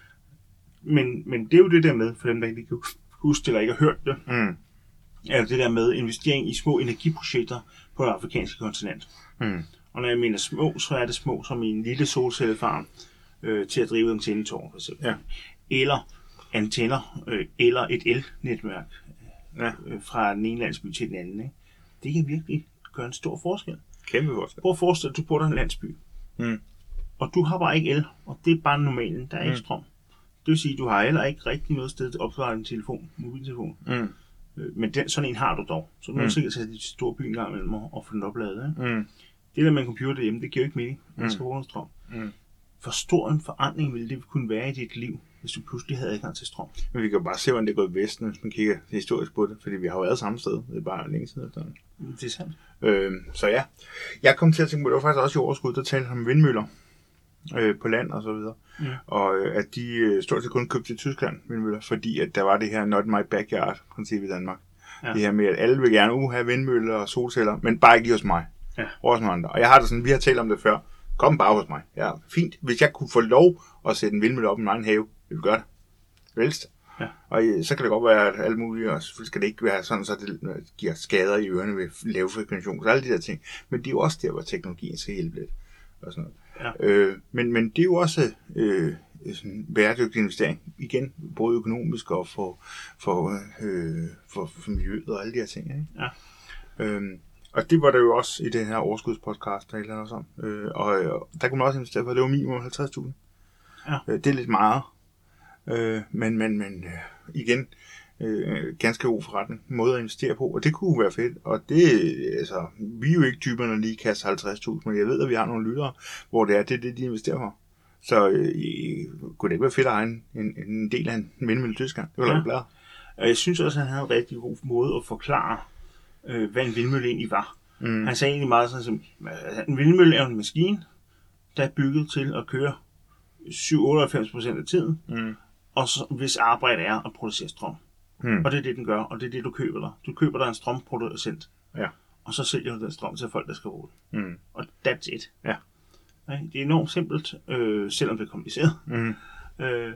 Men, men det er jo det der med, for dem der ikke kan huske eller ikke har hørt det, Mm. er det der med investering i små energiprojekter på det afrikanske kontinent. Mm. Og når jeg mener små, så er det små som i en lille solcellefarm øh, til at drive antennetårn for eksempel. Ja. Eller antenner, øh, eller et elnetværk Ja. øh, fra den ene landsby til den anden. Ikke? Det kan virkelig gøre en stor forskel. Kæmpe forskel. Prøv at forestille dig, at du bor der i en landsby, Mm. og du har bare ikke el, og det er bare normalen, der er ikke Mm. strøm. Det vil sige, at du har heller ikke rigtig noget sted til at opbevare din telefon, mobiltelefon. Mm. Øh, Men den, sådan en har du dog. Så du må Mm. sikkert tage dit store by en gang imellem og og få den opladet. Ikke? Mm. Det der med en computer derhjemme, det giver jo ikke mening. Man Mm. skal bruge noget strøm. Mm. For stor en forandring ville det kunne være i dit liv, hvis du pludselig havde adgang til strøm. Men vi kan jo bare se, hvordan det er gået i Vesten, hvis man kigger historisk på det, fordi vi har jo været samme sted, det er bare længe siden efter. Det er sandt. Øh, så ja, jeg kom til at tænke på, det var faktisk også i overskud, der talte om vindmøller øh, på land og så videre. Mm. Og øh, at de øh, stort set kun købte i Tyskland vindmøller, fordi at der var det her not my backyard princip i Danmark. Ja. Det her med, at alle vil gerne uh, have vindmøller og solceller, men bare ikke lige hos mig. Ja. Hos nogle andre. Og jeg har det sådan, vi har talt om det før, kom bare hos mig. Ja, fint. Hvis jeg kunne få lov at sætte en vindmølle op i min egen have, vil vi gøre det. Velst. Ja. Og øh, så kan det godt være, at alt muligt, og selvfølgelig skal det ikke være sådan, så det giver skader i ørerne ved lave frekvention, så alle de der ting. Men det er jo også der, hvor teknologien skal hjælpe lidt. Og sådan noget. Ja. Øh, men, men det er jo også øh, sådan en bæredygtig investering. Igen, både økonomisk og for, for, øh, for, for miljøet og alle de her ting. Ikke? Ja. Øhm, og det var der jo også i den her overskudspodcast, der er også om. Øh, og øh, der kunne man også investere for, det var minimum halvtreds tusind. Ja. Øh, det er lidt meget. Øh, men men, men øh, igen, øh, ganske god forretning. Måde at investere på, og det kunne være fedt. Og det, altså, vi er jo ikke typerne, der lige kaster halvtreds tusind, men jeg ved, at vi har nogle lyttere, hvor det er det, det de investerer for. Så øh, kunne det ikke være fedt at have en, en, en del af en vindmølle i Tyskland? Det var da Ja. glad. Og jeg synes også, at han havde en rigtig god måde at forklare, øh, hvad en vindmølle egentlig var. Mm. Han sagde egentlig meget sådan, som, at en vindmølle er en maskine, der er bygget til at køre syv til otteoghalvfems procent af tiden, Mm. og så, hvis arbejde er at producere strøm. Mm. Og det er det, den gør, og det er det, du køber dig. Du køber dig en strømproducent, Ja. og så sælger du den strøm til folk, der skal bruge det. Mm. Og that's it. Ja. Ja, det er enormt simpelt, øh, selvom det er kompliceret. Mm. Øh,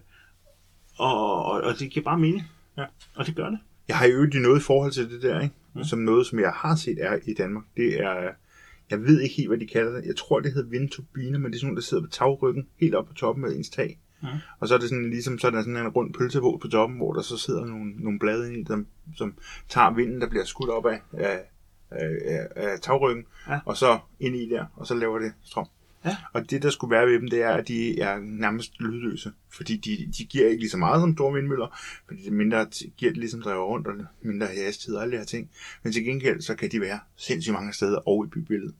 og, og, og det giver bare mening. Ja. Og det gør det. Jeg har jo ikke noget i forhold til det der, ikke? Mm. Som noget, som jeg har set er i Danmark. Det er, jeg ved ikke helt, hvad de kalder det. Jeg tror, det hedder vindturbiner, men det er sådan nogle, der sidder på tagryggen, helt op på toppen af ens tag. Mm. Og så er det sådan, ligesom, så er der sådan en rund pølsevåg på toppen, hvor der så sidder nogle, nogle blade ind i, som, som tager vinden, der bliver skudt op af, af, af, af tagryggen, Ja. og så ind i der, og så laver det strøm. Ja. Og det, der skulle være ved dem, det er, at de er nærmest lydløse. Fordi de, de giver ikke lige så meget som store vindmøller, fordi det mindre giver det ligesom drever rundt, og mindre hastighed og alle de her ting. Men til gengæld, så kan de være sindssygt mange steder og i bybilledet.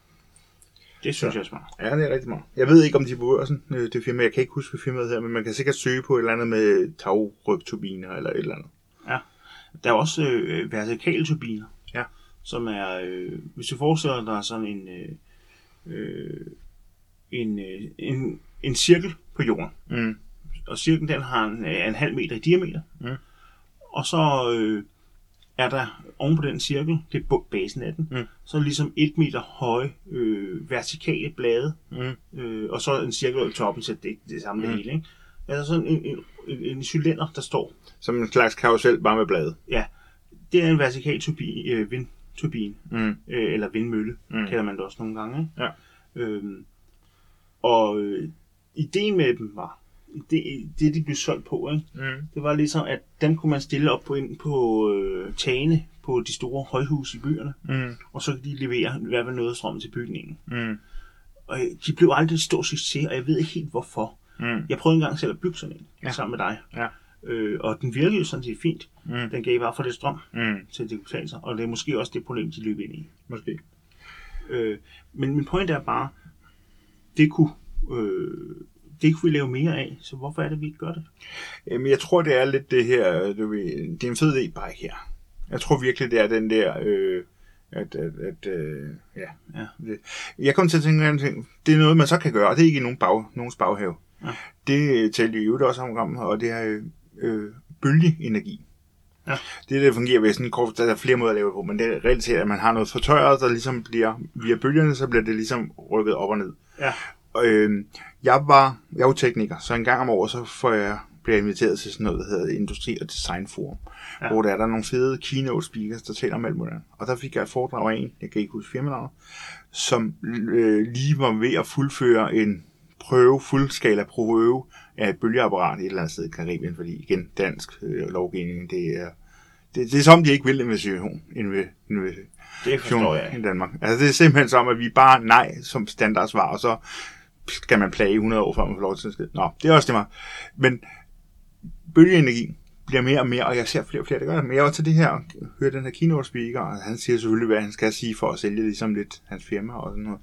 Det synes Så. jeg er smart. Ja, det er rigtig meget. Jeg ved ikke, om de er på børsen, øh, det firma. Jeg kan ikke huske firmaet her, men man kan sikkert søge på et eller andet med tagrygturbiner eller et eller andet. Ja. Der er også øh, vertikale turbiner, Ja. som er, øh, hvis du forestiller dig sådan en, øh, øh, en, øh, en, en cirkel på jorden, Mm. og cirklen den har en, øh, en halv meter i diameter, Mm. og så øh, er der oven på den cirkel, det er basen af den, Mm. så er ligesom et meter høje øh, vertikale blade, Mm. øh, og så en cirkel i toppen, så det er ikke det samme Mm. det hele, ikke? Altså sådan en, en, en, en cylinder, der står. Som en slags karusel, bare med blade. Ja, det er en vertikal turbine, øh, vindturbine, Mm. øh, eller vindmølle, Mm. mm. kalder man det også nogle gange. Ikke? Ja. Øhm, og øh, ideen med dem var, det, det de blev solgt på, ikke? Mm. Det var ligesom, at dem kunne man stille op på, ind på øh, tagene på de store højhuse i byerne, Mm. og så kan de levere i hvert fald noget strøm til bygningen. Mm. Og øh, de blev aldrig en stor succes, og jeg ved ikke helt hvorfor. Mm. Jeg prøvede engang selv at bygge sådan en, Ja. ja. sammen med dig. Ja. Øh, og den virkede jo sådan set fint. Mm. Den gav bare for lidt strøm, Mm. til det kunne betale sig, og det er måske også det problem, de løb ind i. Måske. Øh, men min point er bare, det kunne, øh, det kunne vi lave mere af, så hvorfor er det, vi ikke gør det? Jamen, jeg tror, det er lidt det her, du ved, det er en fed e-bike her. Jeg tror virkelig, det er den der, øh, at, at, at øh, ja. ja. Det. Jeg kom til at tænke, at det er noget, man så kan gøre, og det er ikke i nogen bag, nogens baghave. Ja. Det talte jo det også om, og det er øh, bølgeenergi. Ja. Det er det, der fungerer ved sådan en kort, der er flere måder at lave det på, men det er reelt set, at man har noget fortøjet, der ligesom bliver, via bølgerne, så bliver det ligesom rykket op og ned. Ja. Og, øh, jeg var, jeg var tekniker, så en gang om året, så får jeg, bliver jeg inviteret til sådan noget, der hedder Industri- og Designforum, ja. Hvor der er der nogle fede keynote speakers, der taler om alt muligt. Og der fik jeg et foredrag af en, jeg kan ikke huske firmanavnet, som øh, lige var ved at fuldføre en prøve, fuldskala prøve af et bølgeapparat i et eller andet sted i Karibien, fordi igen, dansk øh, lovgivning, det er, det, det er som, de ikke vil investigation, investigation det forstår jeg i Danmark. Altså det er simpelthen som, at vi bare nej som standardsvar, og så skal man plage hundrede år, før man får lov til at skide. Nå, det er også det meget. Men bølgeenergi bliver mere og mere, og jeg ser flere og flere, der gør det. Men jeg var til det her, hører den her keynote speaker, og han siger selvfølgelig, hvad han skal sige for at sælge ligesom lidt hans firma og sådan noget.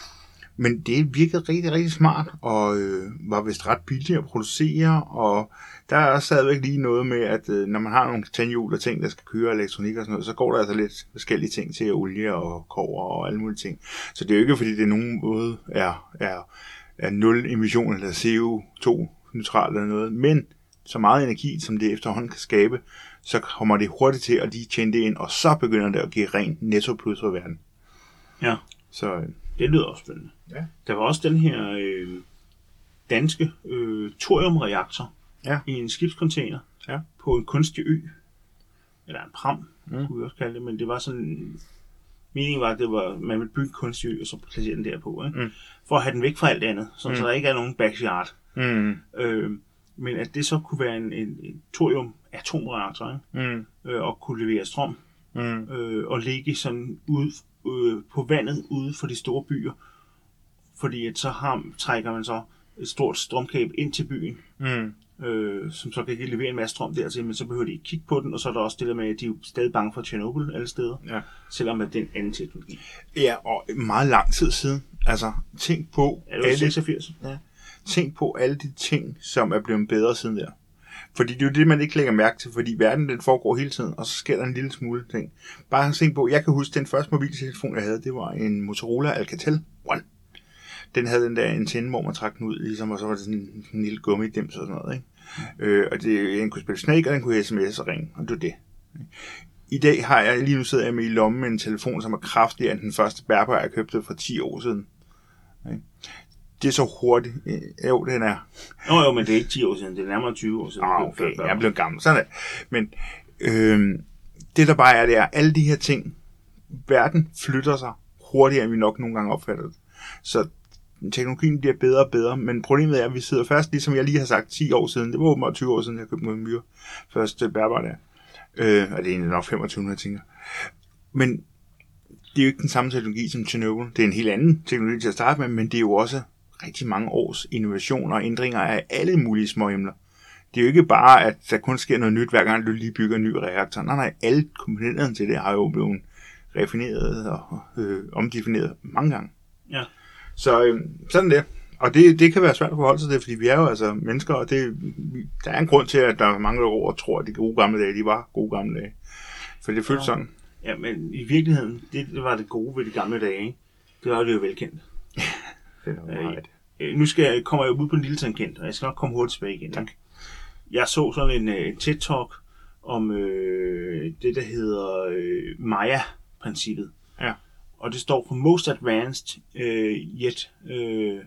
Men det virkede rigtig, rigtig smart, og øh, var vist ret billigt at producere, og der er også stadigvæk lige noget med, at øh, når man har nogle tandhjul og ting, der skal køre elektronik og sådan noget, så går der altså lidt forskellige ting til olie og kover og alle mulige ting. Så det er jo ikke, fordi det er nogen måde er, er, er nul emission eller C O to neutralt eller noget, men så meget energi, som det efterhånden kan skabe, så kommer det hurtigt til at lige tjene det ind, og så begynder det at give ren netto plus for verden. Ja. Så øh, det lyder også spændende. Ja. Der var også den her øh, danske øh, thoriumreaktor ja. I en skibscontainer ja. På en kunstig ø. Eller en pram, mm. kunne vi også kalde det, men det var sådan... Meningen var, at det var, man ville bygge en kunstig ø, og så placere den der på, ikke? Mm. For at have den væk fra alt andet, så, mm. så der ikke er nogen backyard. Mm. Øh, men at det så kunne være en, en, en thorium-atomreaktor, ikke? Mm. Øh, og kunne levere strøm, mm. øh, og ligge sådan ude øh, på vandet ude for de store byer, fordi at så har, trækker man så et stort strømkabel ind til byen, mm. øh, som så kan levere en masse strøm dertil, men så behøver de ikke kigge på den, og så er der også det der med, at de er jo stadig bange for Chernobyl alle steder, ja. Selvom at det er en anden teknologi. Ja, og meget lang tid siden. Altså, tænk på... Ja, det var seksogfirs. Ja. Tænk på alle de ting, som er blevet bedre siden der. Fordi det er jo det, man ikke lægger mærke til, fordi verden den foregår hele tiden, og så sker der en lille smule ting. Bare tænk på, jeg kan huske, den første mobiltelefon, jeg havde, det var en Motorola Alcatel One. Den havde den der antenne, hvor man trak den ud, ligesom, og så var det sådan en, en lille gummidims og sådan noget, ikke? Mm. Øh, og det, den kunne spille Snake, og den kunne sms og ringe, og det var det. I dag har jeg, lige nu sidder jeg med i lommen med en telefon, som er kraftigere end den første bærbare, jeg købte for ti år siden. Okay. Det er så hurtigt. Jo, den er. Nå jo, men det er ikke ti år siden, det er nærmere tyve år siden. Ah, okay, jeg er blevet gammel, sådan er det. Men øh, det der bare er, det er, alle de her ting, verden flytter sig hurtigere, end vi nok nogle gange opfatter det. Så teknologien bliver bedre og bedre, men problemet er, at vi sidder fast, ligesom jeg lige har sagt, ti år siden, det var åbenbart tyve år siden, jeg købte en myre, først bærbar der. Øh, og det er egentlig nok femogtyve, jeg tænker. Men det er jo ikke den samme teknologi som Chernobyl. Det er en helt anden teknologi til at starte med, men det er jo også rigtig mange års innovationer og ændringer af alle mulige små emner. Det er jo ikke bare, at der kun sker noget nyt, hver gang du lige bygger en ny reaktor. Nej, nej, alle komponenterne til det har jo blevet refineret og øh, omdefineret mange gange. Ja. Så øh, sådan det. Og det, det kan være svært at forholde sig til, fordi vi er jo altså mennesker, og det, der er en grund til, at der er mange, der går og tror, at de gode gamle dage, de var gode gamle dage. For det føles ja. Sådan. Ja, men i virkeligheden, det, det var det gode ved de gamle dage, ikke? Det var det jo velkendt. Det er meget. Øh, nu skal jeg, kommer jeg ud på en lille tangent, og jeg skal nok komme hurtigt tilbage igen. Tak. Jeg så sådan en, en TED-talk om øh, det, der hedder øh, Maya-princippet. Ja. Og det står for Most Advanced øh, Yet øh,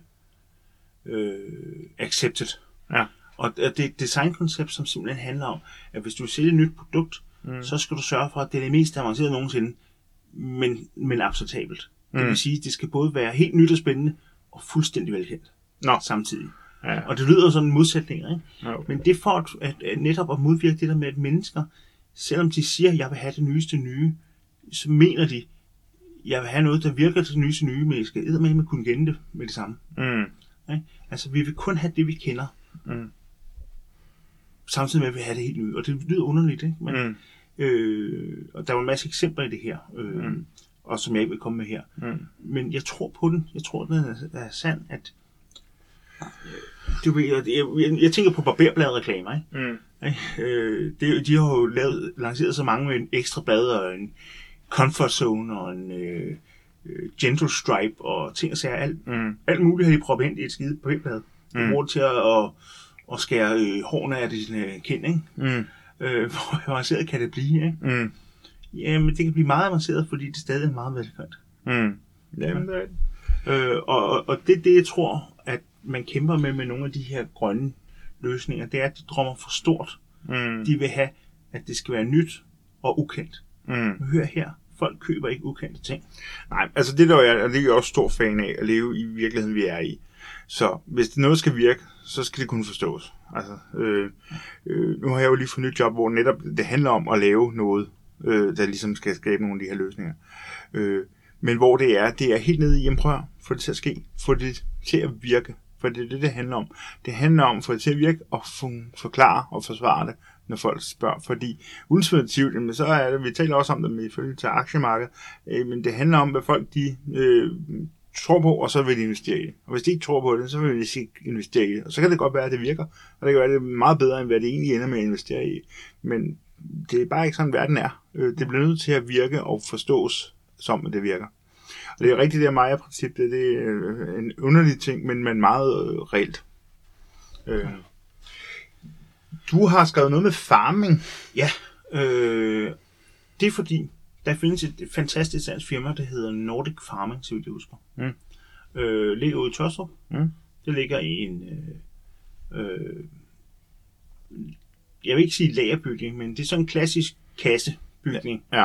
øh, Accepted. Ja. Og det er et designkoncept, som simpelthen handler om, at hvis du vil sælge et nyt produkt, mm. så skal du sørge for, at det er det mest avancerede nogensinde, men, men acceptabelt. Mm. Det vil sige, at det skal både være helt nyt og spændende, og fuldstændig velkendt no. samtidig. Ja. Og det lyder sådan en modsætning, ikke? Ja, okay. Men det er for at, at, at netop at modvirke det der med, at mennesker, selvom de siger, at jeg vil have det nyeste nye, så mener de, jeg vil have noget, der virker til det nyeste nye, men jeg skal eddermame kunne kende det med det samme. Mm. Okay? Altså, vi vil kun have det, vi kender. Mm. Samtidig med, at vi vil have det helt nye. Og det lyder underligt, ikke? Men, mm. øh, og der var en masse eksempler i det her, øh, mm. og som jeg ikke vil komme med her. Mm. Men jeg tror på den. Jeg tror, den er, er sand, at du ved, jeg, jeg, jeg tænker på barberbladreklamer, ikke? Mm. Øh, det, de har jo lavet, lanceret så mange med en ekstra blad og en comfort zone og en øh, gentle stripe og ting og sager. Alt, mm. alt muligt har de proppet ind i et skide barberblad. Du mm. bruger det til at, at, at skære øh, hårene af dine kind, ikke? Mm. Øh, hvor avanceret kan det blive, ikke? Mm. Jamen, det kan blive meget avanceret, fordi det stadig er meget velfærdigt. Mm. Jamen, det er det. Øh, og, og det er det, jeg tror, at man kæmper med med nogle af de her grønne løsninger, det er, at de drømmer for stort. Mm. De vil have, at det skal være nyt og ukendt. Mm. Hør her, folk køber ikke ukendte ting. Nej, altså det der er jeg, det er jeg også stor fan af, at leve i virkeligheden, vi er i. Så hvis det noget skal virke, så skal det kunne forstås. Altså, øh, øh, nu har jeg jo lige fået et nyt job, hvor netop det handler om at lave noget, øh, der ligesom skal skabe nogle af de her løsninger. Øh, men hvor det er, det er helt nede i hjemprør, for det til at ske, for det til at virke. For det er det, det handler om. Det handler om for det til at virke og forklare og forsvare det, når folk spørger. Fordi ultimativt, så er det, vi taler også om det med ifølge til aktiemarkedet, øh, men det handler om, hvad folk de øh, tror på, og så vil de investere i det. Og hvis de ikke tror på det, så vil de ikke investere i det. Og så kan det godt være, at det virker, og det kan være, at det er meget bedre, end hvad det egentlig ender med at investere i. Men det er bare ikke sådan, verden er. Det bliver nødt til at virke og forstås, som at det virker. Og det er rigtigt, det er Maja-princip, det, det er en underlig ting, men, men meget øh, reelt. Øh. Du har skrevet noget med farming. Ja, øh, det er fordi, der findes et fantastisk dansk firma, der hedder Nordic Farming, så vidt jeg husker. Mm. Øh, ligger ude i Tørstrup. Mm. Det ligger i en, øh, øh, jeg vil ikke sige lagerbygning, men det er sådan en klassisk kassebygning. Ja.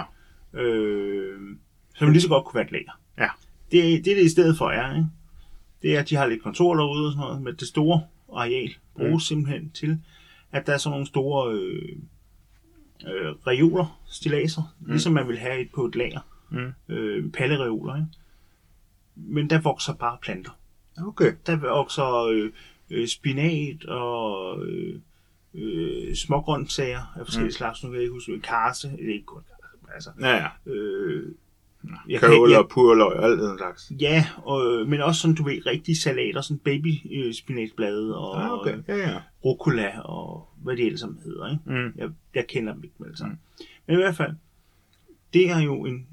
Øh, som lige så godt kunne være et lager. Ja. Det, det, det i stedet for er, ikke? Det er, at de har lidt kontor derude og sådan noget, men det store areal bruges mm. simpelthen til, at der er sådan nogle store øh, øh, reoler, stillaser, mm. ligesom man vil have et på et lager. Mm. Øh, pallereoler, ikke? Men der vokser bare planter. Okay. Der vokser øh, øh, spinat og øh, øh, smågrøntsager af forskellige mm. slags. Nu kan jeg ikke huske, karse, eller ikke kun karse, altså. Ja, ja. Øh, Kål og purløg og alt den slags. Ja, og, men også sådan, du ved, rigtige salater, sådan baby spinatblade og ah, okay. ja, ja. rucola og hvad det ellers hedder, ikke? Mm. Jeg, jeg kender dem ikke med det sammen. Mm. Men i hvert fald, det er jo en,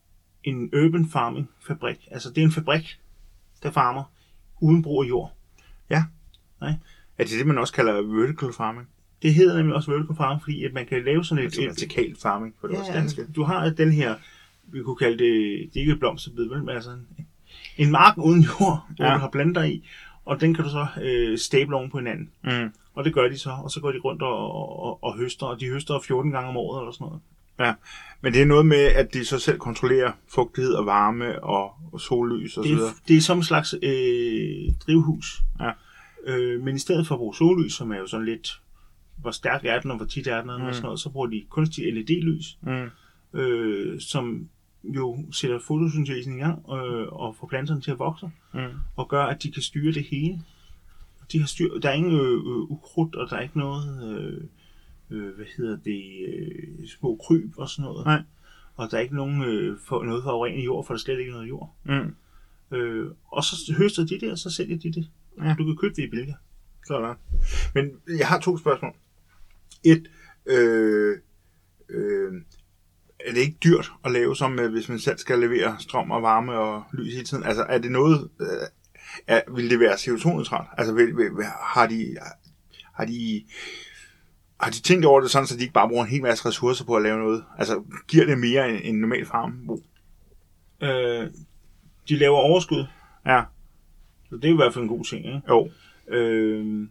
en urban farming fabrik. Altså, det er en fabrik, der farmer uden brug af jord. Ja. Nej? Er det det, man også kalder vertical farming? Det hedder nemlig også vertical farming, fordi at man kan lave sådan et... Altså vertikal farming, for det ja, også danske. Du har den her, vi kunne kalde det, det er ikke et blomsterbed, men altså en, en mark uden jord, hvor ja. du har planter i, og den kan du så øh, stable oven på hinanden. Mm. Og det gør de så, og så går de rundt og, og, og høster, og de høster fjorten gange om året eller sådan noget. Ja, men det er noget med, at de så selv kontrollerer fugtighed og varme og, og sollys og det så videre. Det er som en slags øh, drivhus. Ja. Øh, men i stedet for at bruge sollys, som er jo sådan lidt, hvor stærk er den, og hvor tit er den, mm. og sådan noget, så bruger de kunstig L E D-lys, mm. øh, som jo sætter fotosyntesen i gang øh, og får planterne til at vokse, mm. og gør, at de kan styre det hele. De har styr, der er ingen øh, øh, ukrudt, og der er ikke noget, øh, øh, hvad hedder det, øh, små kryb og sådan noget. Nej. Og der er ikke nogen, øh, for, noget forurenet jord, for der er slet ikke noget jord. Mm. Øh, og så høster de det, og så sælger de det. Ja. Du kan købe det i Bilka. Sådan. Men jeg har to spørgsmål. Et, øh, øh, er det ikke dyrt at lave, som hvis man selv skal levere strøm og varme og lys hele tiden? Altså, er det noget, øh, er, vil det være C O to neutralt? Altså, vil, vil, har de, har de, har de tænkt over det sådan, så de ikke bare bruger en hel masse ressourcer på at lave noget? Altså, giver det mere end en normal farmbrug? Øh, de laver overskud. Ja. Så det er i hvert fald en god ting, ikke? Jo. Øh,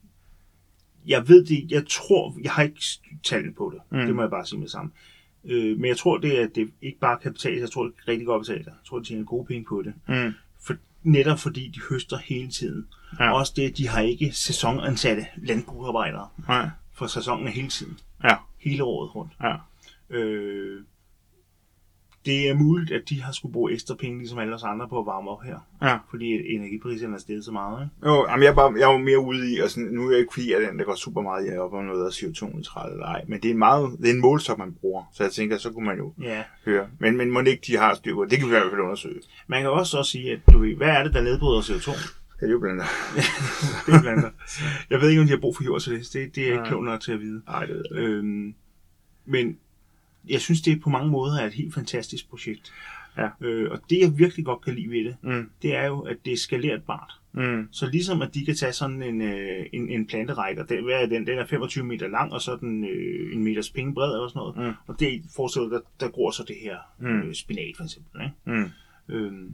jeg ved det, jeg tror, jeg har ikke talt på det, mm. det må jeg bare sige med sammen. Øh, men jeg tror, det er, at det ikke bare kan betale sig, jeg tror, det er rigtig godt betale sig. Jeg tror, de tjener gode penge på det. Mm. For, netop fordi de høster hele tiden. Ja. Også det, de har ikke sæsonansatte landbrugsarbejdere. Nej. For sæsonen er hele tiden. Ja. Hele året rundt. Ja. Øh, det er muligt, at de har skulle bruge ekstra penge, ligesom alle os andre, på at varme op her. Ja. Fordi energipriserne er steget så meget, ikke? Jo, jamen jeg, er bare, jeg er jo mere ude i, og sådan, nu er jeg ikke fordi, at den, der går super meget, jeg er oppe om noget af C O to neutralt eller ej, men det er en meget, det er en målstok, man bruger, så jeg tænker, så kunne man jo ja. høre. Men, men må det ikke, de har styr på, det kan vi i hvert fald undersøge. Man kan også så sige, at du ved, hvad er det, der nedbryder C O to? Det er jo blander. Det er blander. Jeg ved ikke, om de har brug for jord til det. Det, det er jeg ikke klog nok til at vide. Nej, det ved jeg. Øhm, men jeg synes, det på mange måder er et helt fantastisk projekt. Ja. Øh, og det, jeg virkelig godt kan lide ved det, Mm. det er jo, at det er skalerbart. Mm. Så ligesom at de kan tage sådan en, øh, en, en planterække, og den, hvad er den? Den er femogtyve meter lang, og så er den øh, en meters penge bred eller sådan noget. Mm. Og det forestiller, der, der gror så det her Mm. øh, spinat for eksempel. Ikke? Mm. Øhm,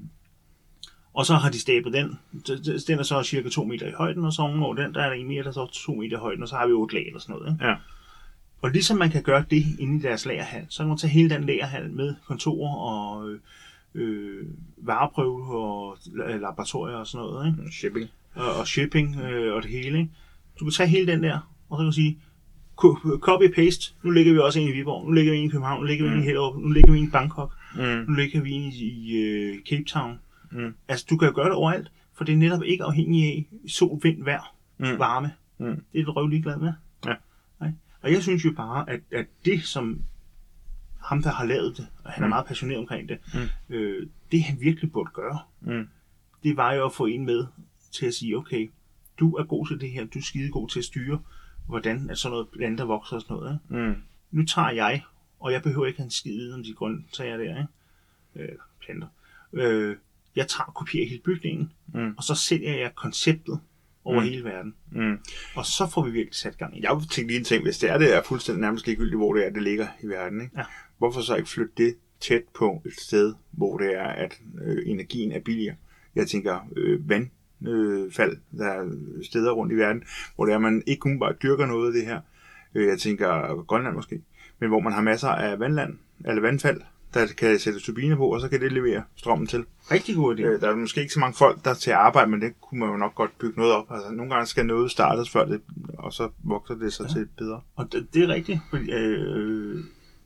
og så har de stablet den. Den er så cirka to meter i højden, og så ovenover den, der er der en mere, der er så to meter i højden, og så har vi otte lag eller sådan noget. Ikke? Ja. Og ligesom man kan gøre det inde i deres lagerhal, så kan man tage hele den lagerhal med kontorer og øh, øh, vareprøve og laboratorier og sådan noget. Ikke? Shipping. Og, og shipping øh, og det hele. Ikke? Du kan tage hele den der, og så kan du sige, copy-paste, nu ligger vi også en i Viborg, nu ligger vi en i København, nu ligger vi en i Hellerup, nu ligger vi en i Bangkok, Mm. nu ligger vi en i, i uh, Cape Town. Mm. Altså, du kan jo gøre det overalt, for det er netop ikke afhængigt af sol, vind, vejr, Mm. varme. Mm. Det er du røv ligeglad med. Ja. Nej? Og jeg synes jo bare, at, at det, som ham, der har lavet det, og han er Mm. meget passioneret omkring det, Mm. øh, det han virkelig burde gøre, Mm. det var jo at få en med til at sige, okay, du er god til det her, du er skide god til at styre, hvordan at sådan noget planter vokser og sådan noget. Ikke? Mm. Nu tager jeg, og jeg behøver ikke have en skide om de grøntsager der, ikke? Øh, planter. Øh, jeg tager og kopierer hele bygningen, Mm. og så sælger jeg konceptet over Mm. hele verden. Mm. Og så får vi virkelig sat gang i det. Jeg tænkte lige en ting, hvis det er det er fuldstændig nærmest ligegyldigt, hvor det er, det ligger i verden, ikke? Ja. Hvorfor så ikke flytte det tæt på et sted, hvor det er, at øh, energien er billigere? Jeg tænker øh, vandfald, øh, fald. Der er steder rundt i verden, hvor det er, at man ikke kun bare dyrker noget af det her. Øh, jeg tænker Grønland måske, men hvor man har masser af vandland, eller vandfald, der kan sætte turbiner på, og så kan det levere strømmen til. Rigtig god idé. Øh, der er måske ikke så mange folk, der er til at arbejde, men det kunne man jo nok godt bygge noget op. Altså, nogle gange skal noget startes før det, og så vokser det sig ja. til bedre. Og det, det er rigtigt, fordi øh,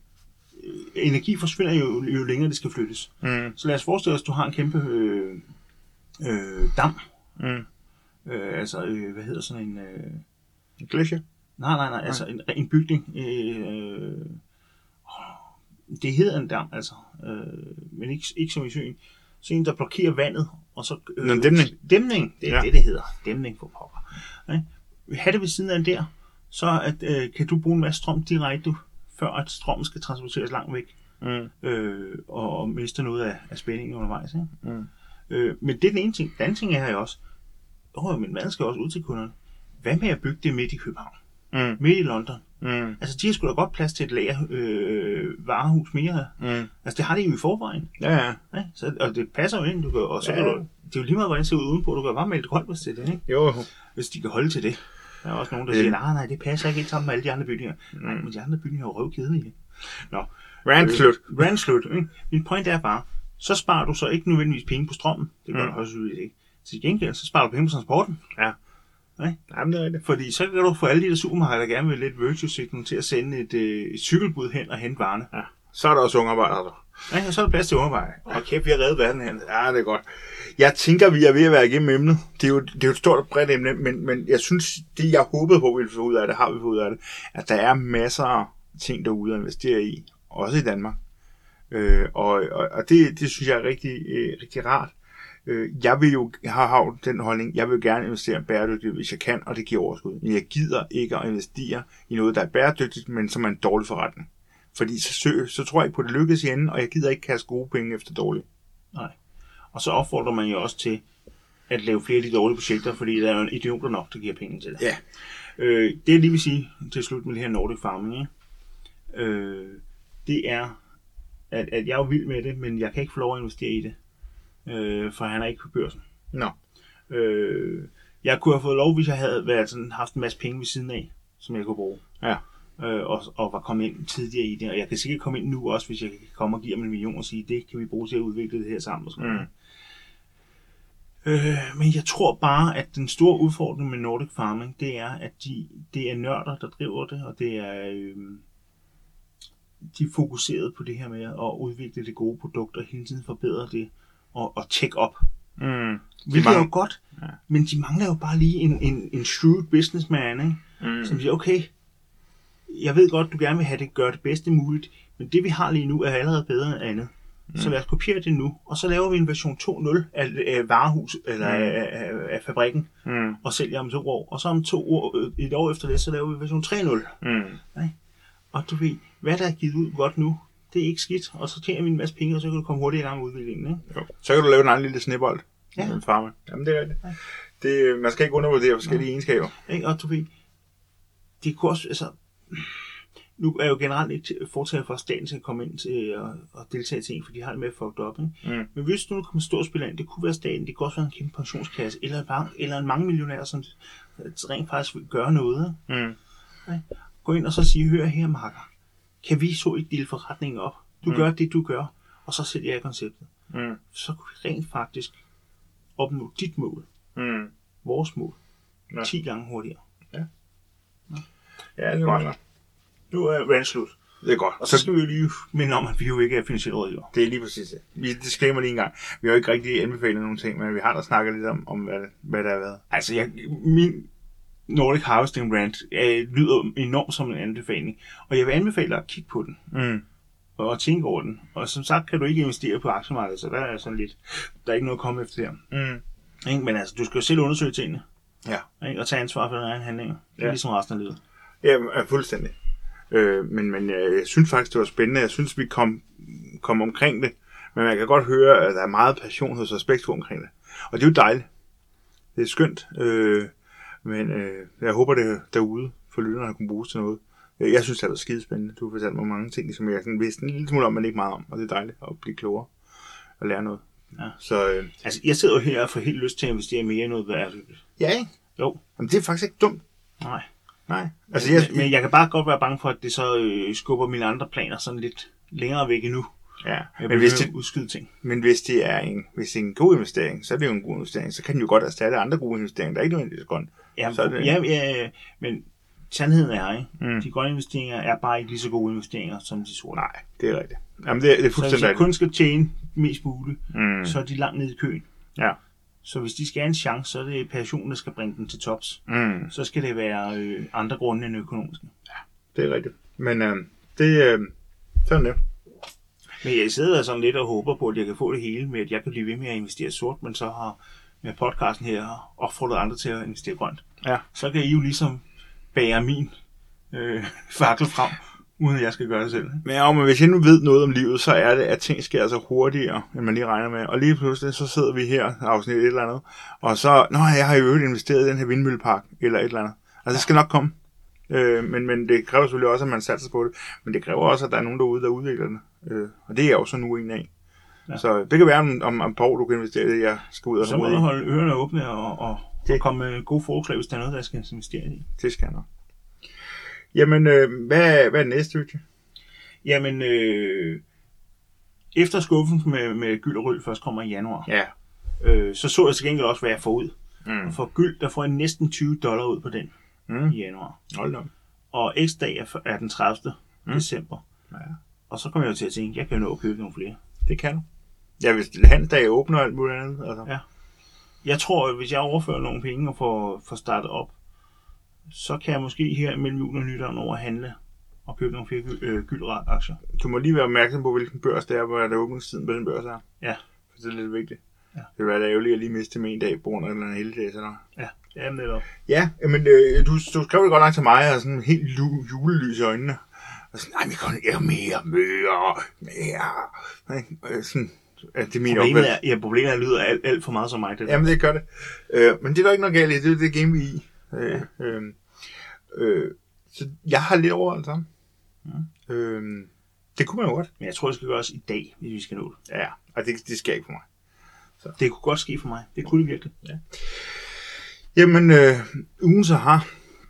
energi forsvinder jo, jo længere det skal flyttes. Mm. Så lad os forestille os, at du har en kæmpe øh, øh, dam. Mm. Øh, altså, øh, hvad hedder sådan en... Øh, En glacier? nej, nej, nej, altså en, en bygning. Øh, det hedder en dam, altså. Øh, men ikke, ikke som i søen. Så en, der blokerer vandet, og så... Øh, En dæmning. Dæmning, det er Ja. det, det hedder. Dæmning for pokker. Okay? Ha' det ved siden af der, så at, øh, kan du bruge en masse strøm direkte, før at strømmen skal transporteres langt væk, Mm. øh, og, og miste noget af, af spændingen undervejs. Ikke? Mm. Øh, men det er den ene ting. Den anden ting er her jo også, åh, men maden skal også ud til kunderne. Hvad med at bygge det midt i København? Mm. Midt i London? Mm. Altså, de har sgu da godt plads til et lager øh, varehus mere her. Mm. Altså, det har de jo i forvejen. Ja, ja. Ja? Så, og det passer jo ind, du kan, og så Ja. kan du, det er jo lige meget, hvordan det ser ud udenpå. Du kan bare melde grønt, hvis det er det, ikke? Jo. Hvis de kan holde til det. Der er også nogen, der Det- siger, nej, nej, det passer ikke helt sammen med alle de andre bygninger. Mm. Nej, men de andre bygninger er jo røvkedelige. Nå. Rand slut. Øh, Rand slut, ikke? Min point er bare, så sparer du så ikke nødvendigvis penge på strømmen. Det gør Mm. du højst udvist ikke. Til gengæld, så sparer du penge på transporten. Ja. Nej? Jamen, det er rigtigt. Fordi så kan du få alle de der supermarkeder, der gerne vil lidt virtue signal til at sende et, øh, et cykelbud hen og hente varerne. Ja. Så er der også ungearbejdere, der. Ja, og så er der plads til undervej. Og kæft, vi har reddet verden her. Ja, det er godt. Jeg tænker, vi er ved at være igennem emnet. Det er jo, det er jo et stort og bredt emne, men, men jeg synes, det jeg håbede på, vi ville få ud af det, har vi fået ud af det, at der er masser af ting derude at investere i, også i Danmark. Øh, og og, og det, det synes jeg er rigtig, øh, rigtig rart. Øh, jeg vil jo have haft den holdning, jeg vil gerne investere bæredygtigt, hvis jeg kan, og det giver overskud. Men jeg gider ikke at investere i noget, der er bæredygtigt, men som er en dårlig forretning. Fordi så, så, så tror jeg ikke på, at det lykkes i enden, og jeg gider ikke kaste gode penge efter dårlige. Nej. Og så opfordrer man jo også til at lave flere af de dårlige projekter, fordi der er jo en idioter nok, der giver penge til det. Ja. Øh, det jeg lige vil sige til slut med det her Nordic Farming, ikke? Øh, det er, at, at jeg er jo vild med det, men jeg kan ikke få lov at investere i det, øh, for han er ikke på børsen. Nå. Øh, jeg kunne have fået lov, hvis jeg havde været sådan, haft en masse penge ved siden af, som jeg kunne bruge. Ja. Øh, og, og var kommet ind tidligere i det. Og jeg kan sikkert komme ind nu også, hvis jeg kan komme og give dem en million og sige, det kan vi bruge til at udvikle det her sammen. Og sådan. Mm. Øh, men jeg tror bare, at den store udfordring med Nordic Farming, det er, at de, det er nørder, der driver det, og det er øh, de er fokuseret på det her med at udvikle det gode produkter, hele tiden forbedre det, og, og check op. Mm. Hvilket mangler... er jo godt, ja. Men de mangler jo bare lige en, en, en shrewd businessman, ikke? Mm. Som siger, okay, jeg ved godt, du gerne vil have det, gøre det bedste muligt, men det vi har lige nu er allerede bedre end andet. mm. så lad os kopiere det nu, og så laver vi en version to punkt nul af, af varehus, eller mm. af, af, af fabrikken, mm. og sælger om to år. Og så om to år, et år efter det, så laver vi version tre punkt nul. Mm. Nej? Og du ved, hvad der er givet ud godt nu, det er ikke skidt, og så tjener vi en masse penge, og så kan du komme hurtigt i gang med udviklingen. Ikke? Jo. Så kan du lave en anden lille snebold. Ja. Jamen det er rigtigt. Ja. Det, man skal ikke undervurdere forskellige ja. egenskaber. Ikke? Og du ved, det kunne også, altså, nu er jeg jo generelt ikke fortaget for, at staten skal komme ind til at, at deltage i ting, for de har det med at fucked op. Ikke? Mm. Men hvis nu kommer stort spiller ind, det kunne være staten, det kunne også være en kæmpe pensionskasse, eller en, bank, eller en mange millionær, som rent faktisk vil gøre noget. Mm. Okay? Gå ind og så sige, hør her, Marker, kan vi så ikke dele forretningen op? Du mm. gør det, du gør, og så sælger jeg konceptet. Mm. Så kunne vi rent faktisk opnå dit mål. Mm. Vores mål. Ja. ti gange hurtigere. Ja. Ja, ja det er godt. Nu er vandet slut. Det er godt. Og så skal vi jo lige minde om, at vi jo ikke er finansielt rådgiver. Det er lige præcis det. Vi disclaimer lige en gang. Vi har jo ikke rigtig anbefalet nogen ting, men vi har da snakket lidt om, om hvad, hvad der har været. Altså, jeg, min Nordic Harvesting Brand øh, lyder enormt som en anbefaling. Og jeg vil anbefale dig at kigge på den. Mm. Og tænke over den. Og som sagt kan du ikke investere på aktiemarkedet, så der er sådan lidt, der er ikke noget at komme efter her. Mm. Ikke? Men altså, du skal jo selv undersøge tingene. Ja. Ikke? Og tage ansvar for dine egne handlinger. Det er ja. Ligesom resten af livet. Ja, fuldstændig. Øh, men, men jeg synes faktisk, det var spændende. Jeg synes, vi kom, kom omkring det. Men man kan godt høre, at der er meget passion hos Aspektro omkring det. Og det er jo dejligt. Det er skønt. Øh, men øh, jeg håber, det derude for lytterne har kunnet bruges til noget. Jeg synes, det har været skidespændende. Du har fortalt mig mange ting, som jeg sådan vidste en lille smule om, men ikke meget om. Og det er dejligt at blive klogere og lære noget. Ja. Så, øh, altså, jeg sidder jo her og får helt lyst til at investere mere i noget bæredygtigt. Ja, ikke? Jo. Jamen, det er faktisk ikke dumt. Nej. Nej. Altså, jeg, men, men jeg kan bare godt være bange for, at det så øh, skubber mine andre planer sådan lidt længere væk endnu. Ja, jeg men hvis det, udskyde ting. Men hvis det er en, hvis det er en god investering, så er det jo en god investering. Så kan den jo godt erstatte andre gode investeringer, der er ikke nødvendigvis grøn. Ja, så er det, ja, ja, men sandheden er, ikke? Mm. De grønne investeringer er bare ikke lige så gode investeringer som de sorte. Nej, det er rigtigt. Jamen, det, det er fuldstændig. Så hvis de kun skal tjene mest muligt, mm. så er de langt nede i køen. Ja. Så hvis de skal have en chance, så er det passionen, der skal bringe dem til tops. Mm. Så skal det være øh, andre grunde end økonomiske. Ja, det er rigtigt. Men øh, det øh, sådan det. Men jeg sidder sådan lidt og håber på, at jeg kan få det hele med, at jeg kan blive ved med at investere sort, men så har med podcasten her opfordret andre til at investere grønt. Ja. Så kan I jo ligesom bære min øh, fakkel frem, uden at jeg skal gøre det selv. Men, ja, men hvis jeg nu ved noget om livet, så er det, at ting sker altså hurtigere, end man lige regner med. Og lige pludselig, så sidder vi her, afsnit et eller andet, og så, nå, jeg har jo investeret i den her vindmøllepark, eller et eller andet. Altså, det skal nok komme. Øh, men, men det kræver selvfølgelig også, at man satser på det. Men det kræver også, at der er nogen derude, der udvikler det. Øh, og det er jeg jo så nu en af. Ja. Så det kan være, om, om, om et par år, du kan investere i det, jeg skal ud og så må du holde ørerne åbne og, og, og komme med gode forslag, hvis der er noget, der skal investere i. Det skal jeg nok. Jamen, øh, hvad, hvad er det næste, Richie? Jamen, øh, efter skuffen med, med gyld og rød først kommer i januar, ja. øh, så så jeg til gengæld også, hvad jeg får ud. Mm. Og for gyld, der får jeg næsten tyve dollar ud på den mm. i januar. Hold da. Og X-dag er, er den tredivte Mm. december. Ja. Og så kommer jeg jo til at tænke, jeg kan jo nå at købe nogle flere. Det kan du. Ja, hvis handelsdag åbner alt muligt andet. Altså. Ja. Jeg tror, at hvis jeg overfører nogle penge og får, får startet op, så kan jeg måske her mellem jul og nytåren over handle og købe nogle flere gy- øh, gyldre aktier. Du må lige være opmærksom på, hvilken børs det er, hvor der åbningstiden på den børs er. Ja. For det er lidt vigtigt. Ja. Det vil være ærgerligt at lige miste med en dag på grund af en hel dag. Sådan. Ja, det er netop. Ja, men øh, du, du skrev det godt nok til mig, og sådan helt lu- julelys i øjnene. Og sådan, nej, vi kan ikke mere, mere, mere. Sådan, det er min problemet er, ja, problemet er, at det lyder alt, alt for meget som mig. Det Jamen, det gør det. Øh, men det er der ikke noget galt i. Det er det game, vi er i. Øh, ja. øh, øh, så jeg har lidt overholdt sammen. Ja. Øh, det kunne man jo godt. Men jeg tror, det skal gøres i dag, hvis vi skal nå det. Ja, og det, det sker ikke for mig. Så. Det kunne godt ske for mig. Det kunne det virkelig. Ja. Jamen, øh, ugen så har...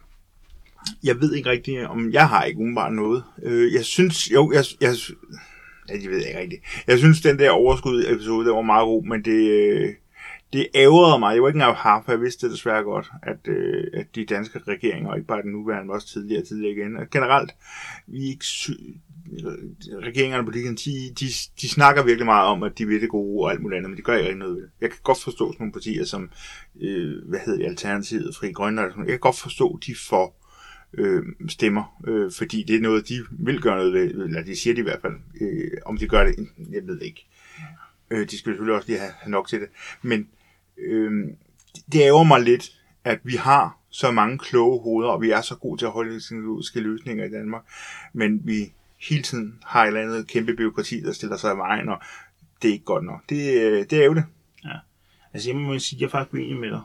Jeg ved ikke rigtigt, om jeg har ikke umiddelbart noget. Øh, jeg synes, jo, jeg, jeg, ja, det ved jeg ikke rigtigt. Jeg synes, den der overskud episode, der var meget god, men det, øh, det ærgerede mig. Jeg var ikke engang har, for jeg vidste det desværre godt, at, øh, at de danske regeringer, og ikke bare den nuværende, men også tidligere tidligere igen, og generelt, vi ikke sy- regeringerne på de, de, de, de snakker virkelig meget om, at de vil det gode og alt muligt andet, men de gør ikke noget ved det. Jeg kan godt forstå sådan nogle partier som, øh, hvad hedder det, Alternativet, Fri Grønne, jeg kan godt forstå, de får øh, stemmer, øh, fordi det er noget, de vil gøre noget ved, eller de siger det i hvert fald. Øh, om de gør det, jeg ved ikke. Øh, de skal selvfølgelig også lige have, have nok til det. Men øh, det ærger mig lidt, at vi har så mange kloge hoveder, og vi er så gode til at holde teknologiske løsninger i Danmark, men vi hele tiden har et eller andet kæmpe byråkrati, der stiller sig i vejen, og det er ikke godt nok. Det, det er jo det. Ja. Altså, jeg må sige, at jeg er faktisk uenig med dig.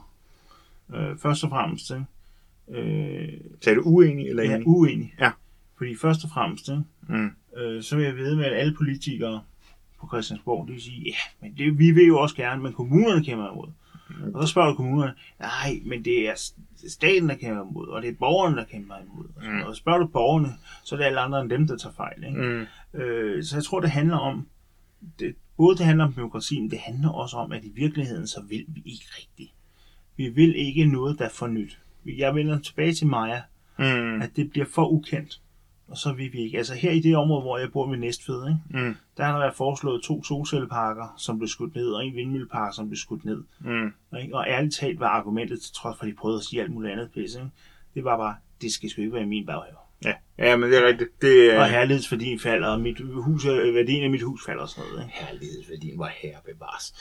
Øh, først og fremmest, ikke? Øh, så er du uenig eller enig? Ja, uenig. Ja. Fordi først og fremmest, ikke? Mm. Øh, så vil jeg vide med, at alle politikere på Christiansborg, de vil sige, ja, men det, vi vil jo også gerne, men kommunerne kæmper imod. Mm. Og så spørger du kommunerne, nej, men det er staten, der kæmper imod, og det er borgerne, der kæmper imod. Mm. Og så spørger du borgerne, så er det alle andre end dem, der tager fejl. Ikke? Mm. Øh, så jeg tror, det handler om, det, både det handler om demokrati, men det handler også om, at i virkeligheden, så vil vi ikke rigtigt. Vi vil ikke noget, der er for nyt. Jeg vender tilbage til Maja, mm. at det bliver for ukendt, og så vil vi ikke. Altså her i det område, hvor jeg bor ved Næstved, ikke? Mm. Der har der været foreslået to solcelleparker, som blev skudt ned, og en vindmøllepark, som blev skudt ned. Mm. Ikke? Og ærligt talt var argumentet, til trods for, at de prøvede at sige alt muligt andet pisse, ikke? Det var bare, det skal sgu ikke være i min baghave. Ja, ja, men det er rigtigt. Det, og herlighedsværdien falder, og mit hus, værdien af mit hus falder og sådan noget. Ikke? Herlighedsværdien var herre bevares.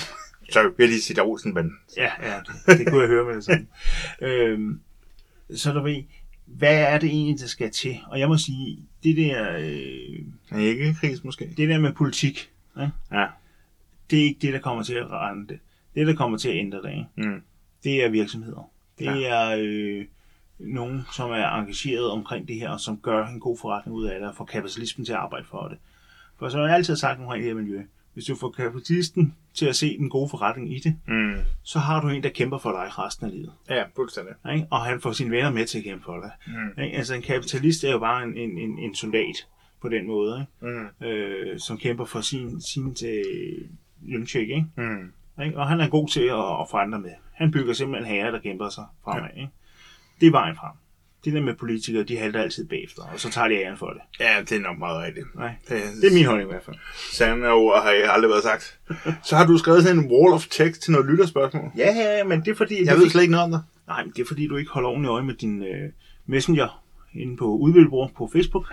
Så vil jeg lige sige, der Olsenbanden. Ja, ja, det, det kunne jeg høre med det sådan. øhm, så der ved, hvad er det egentlig, der skal til? Og jeg må sige, det der... Øh, er ikke kris måske? Det der med politik, ikke? Ja. Det er ikke det, der kommer til at rende det. Det, der kommer til at ændre det, ikke? Mm. Det er virksomheder. Det ja. er øh, nogen, som er engageret omkring det her, og som gør en god forretning ud af det, og får kapitalismen til at arbejde for det. For så har jeg altid sagt omkring det her miljø. Hvis du får kapitalisten til at se den gode forretning i det, mm. så har du en, der kæmper for dig resten af livet. Ja, fuldstændig. Ikke? Og han får sine venner med til at kæmpe for dig. Mm. Ikke? Altså en kapitalist er jo bare en, en, en, en soldat på den måde, ikke? Mm. Øh, som kæmper for sin, sin til løntjek, ikke? Mm. Ikke? Og han er god til at, at forandre med. Han bygger simpelthen herrer, der kæmper sig fremad. Ja. Ikke? Det er vejen frem. Det der med politikere, de halter altid bagefter, og så tager de æren for det. Ja, det er nok meget rigtigt. Nej, det, det er min holdning i hvert fald. Sande ord har jeg aldrig været sagt. Så har du skrevet sådan en wall of text til noget lytterspørgsmål? Ja, ja, men det er fordi... Jeg det ved slet ikke noget om det. Nej, men det er fordi, du ikke holder ordentligt øje med din øh, messenger inde på Udvælgebror på Facebook.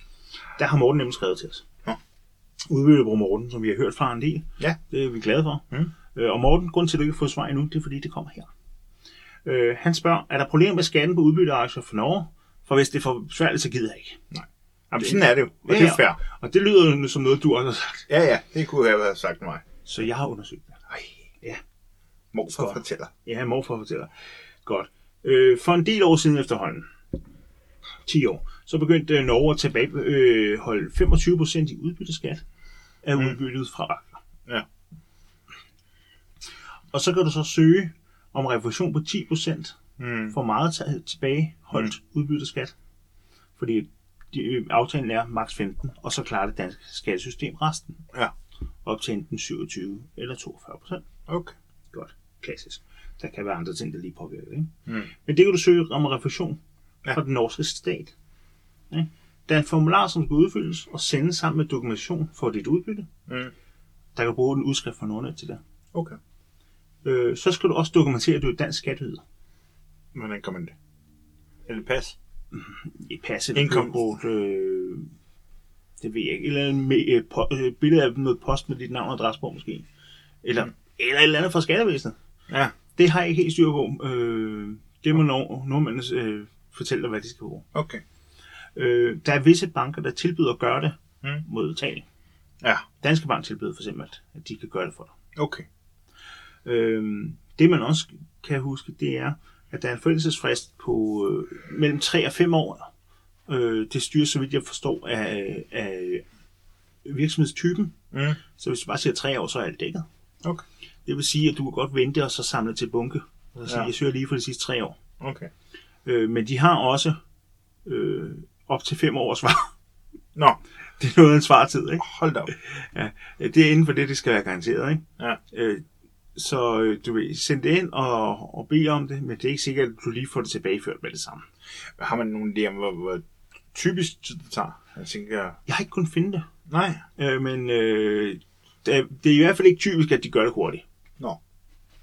Der har Morten nemlig skrevet til os. Ja. Udvælgebror Morten, som vi har hørt fra en del. Ja. Det er vi glade for. Mm. Øh, og Morten, grund til, at du ikke har fået svar endnu, det er fordi, det kommer her. Øh, han spørger, er der problemer med skatten på udbytteaktier for Norge? For hvis det er for besværligt, så gider jeg ikke. Nej. Jamen, sådan er det jo. Og ja, det er fair. Og det lyder jo som noget, du også har sagt. Ja, ja. Det kunne have været sagt mig. Så jeg har undersøgt det. Ej. Ja. Morfar fortæller. Ja, morfar fortæller. Godt. Øh, for en del år siden efterhånden, ti år, så begyndte Norge at tilbageholde øh, holde femogtyve procent i udbytteskat af mm. udbyttet fra aktier. Ja. Og så kan du så søge om refusion på ti procent mm. for meget t- tilbageholdt mm. udbytteskat. Fordi de, aftalen er maks femten, og så klarer det danske skattesystem resten. Ja. Op til enten syvogtyve eller toogfyrre procent. Okay. Godt. Klassisk. Der kan være andre ting, der lige påvirker det. Ikke? Mm. Men det kan du søge om refusion ja. fra den norske stat. Ikke? Der er en formular, som skal udfyldes og sendes sammen med dokumentation for dit udbytte. Mm. Der kan bruge en udskrift fra Nordnet til det. Okay. Øh, så skal du også dokumentere, at du er dansk skatteyder. Hvordan kan man det? Eller pas? Et pas eller kørekort. Øh, det ved jeg ikke. Eller et po- billede af noget post med dit navn og adresse på måske. Eller, mm. eller et eller andet fra skattevæsenet. Ja. Det har jeg ikke helt styr på. Øh, det må okay. nordmændene øh, fortælle dig, hvad de skal bruge. Okay. Øh, der er visse banker, der tilbyder at gøre det mm. mod betaling. Ja. Danske Bank tilbyder for eksempel, at de kan gøre det for dig. Okay. Øh, det man også kan huske, det er, at der er en forældelsesfrist på øh, mellem tre og fem år. Øh, det styrer, så vidt jeg forstår, af, af virksomhedstypen. Mm. Så hvis du bare siger tre år, så er alt dækket. Okay. Det vil sige, at du kan godt vente og så samle til bunke. Og sige, ja. Jeg søger lige for de sidste tre år. Okay. Øh, men de har også øh, op til fem års svar. Nå. Det er noget af en svartid, ikke? Hold da op. Ja, det er inden for det, det skal være garanteret, ikke? Ja. Øh, så øh, du vil sende det ind og, og bede om det, men det er ikke sikkert, at du lige får det tilbageført med det samme. Har man nogle idéer om, hvor, hvor typisk tid det tager? Jeg tænker... Jeg har ikke kunnet finde det. Nej. Øh, men øh, det, er, det er i hvert fald ikke typisk, at de gør det hurtigt. Nå.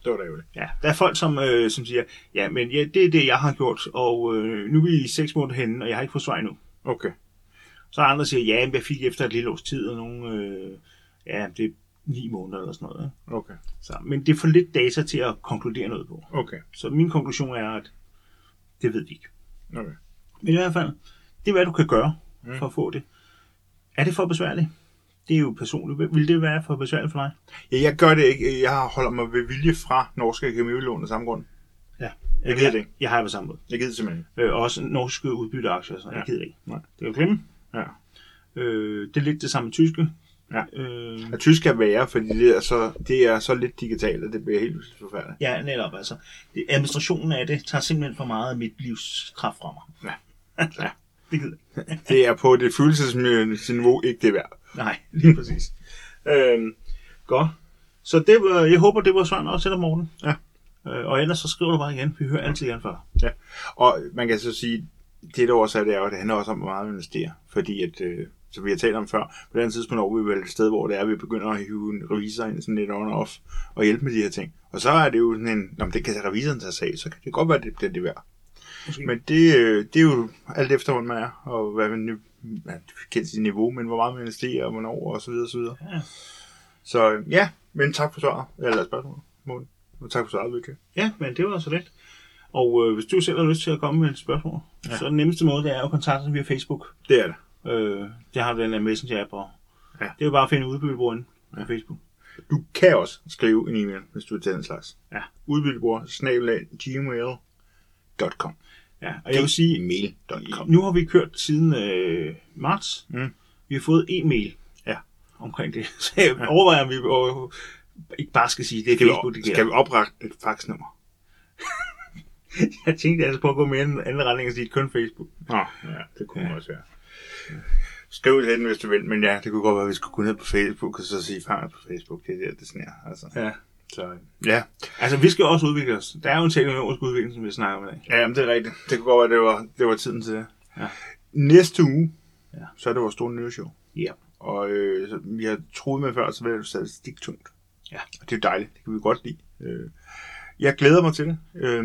Det var da jo det. Ja, der er folk, som, øh, som siger, ja, men ja, det er det, jeg har gjort, og øh, nu er vi i seks måneder henne, og jeg har ikke fået svar endnu. Okay. Så er andre, der siger, ja, men jeg fik efter et lille års tid, og nogle, øh, ja, det er ni måneder eller sådan noget. Ikke? Okay. Så, men det er for lidt data til at konkludere noget på. Okay. Så min konklusion er, at det ved vi ikke. Okay. Men i hvert fald, det er, hvad du kan gøre mm. for at få det. Er det for besværligt? Det er jo personligt. Vil det være for besværligt for dig? Ja, jeg gør det ikke. Jeg holder mig ved vilje fra Norske Akademilån af samme grund. Ja. Jeg gider det ikke. Jeg har det på samme måde. Jeg gider det simpelthen ikke. Øh, også norske udbytteaktier, så ja. Jeg gider det ikke. Nej. Det er jo glemme. Ja. Øh, det er lidt det samme med tyske. Ja. Øh... ja, tysk er værre, fordi det er, så, det er så lidt digitalt, at det bliver helt forfærdeligt. Ja, netop. Altså. Det, administrationen af det tager simpelthen for meget af mit livs kraft fra mig. Ja. Ja. Det gider jeg. Det er på det følelsesniveau ikke det værd. Nej, lige præcis. øhm, godt. Så det var, jeg håber, det var sådan også til dig, Morten. Ja. Øh, og ellers så skriver du bare igen. Vi hører altid igen fra dig. Ja. Og man kan så sige, det der også er, det er jo, det handler også om, hvor meget vi investerer. Fordi at, øh, som vi har talt om før, på den tidspunkt når vi vel et sted, hvor det er, vi begynder at hive en revisor ind sådan lidt on-off og hjælpe med de her ting. Og så er det jo sådan en, om det kan tage revisoren tage sig af, så kan det godt være, det bliver det værd. Måske. Men det, det er jo alt efter, hvor man er, og hvad man kan sit niveau, men hvor meget man investerer, og hvornår, og så videre, og så videre. Ja. Så ja, men tak for svaret, eller spørgsmål, Morten. Og tak for svaret, Victor. Ja, men det var så let. Og øh, hvis du selv har lyst til at komme med et spørgsmål, ja. Så den nemmeste måde, det er jo at kontakte os via Facebook. Det er det. Øh, det har den der Messenger-app, og ja. Det er jo bare at finde udbyttebrugeren på ja. Facebook. Du kan også skrive en e-mail, hvis du er til den slags. Ja. Udbyttebrugeren, snabel-a, gmail punktum com. Ja, og jeg vil sige, mail punktum com. Nu har vi kørt siden øh, marts. Mm. Vi har fået e-mail ja. Omkring det. Så jeg ja. overvejer, om vi og, ikke bare skal sige, det er skal Facebook, vi, det gælder. Skal vi oprette et faxnummer? Jeg tænkte altså på at gå mere en anden retning og sige kun Facebook. Nå, ja, det kunne ja. også være. Skriv til den, hvis du vil, men ja, det kunne godt være, at vi skulle gå ned på Facebook og så sige fanget på Facebook. Det er der, det sådan er. Altså. Ja. Så, ja. Altså, vi skal også udvikle os. Der er jo en teknologisk udvikling, som vi snakker om i dag. Ja, men det er rigtigt. Det kunne godt være, det var, det var tiden til det. Ja. Næste uge, ja. Så er det vores store nyhedsshow. Ja. Og øh, så, vi har troet med før, så bliver det statistiktungt. Ja. Og det er dejligt. Det kan vi godt lide. Øh, jeg glæder mig til det. Øh,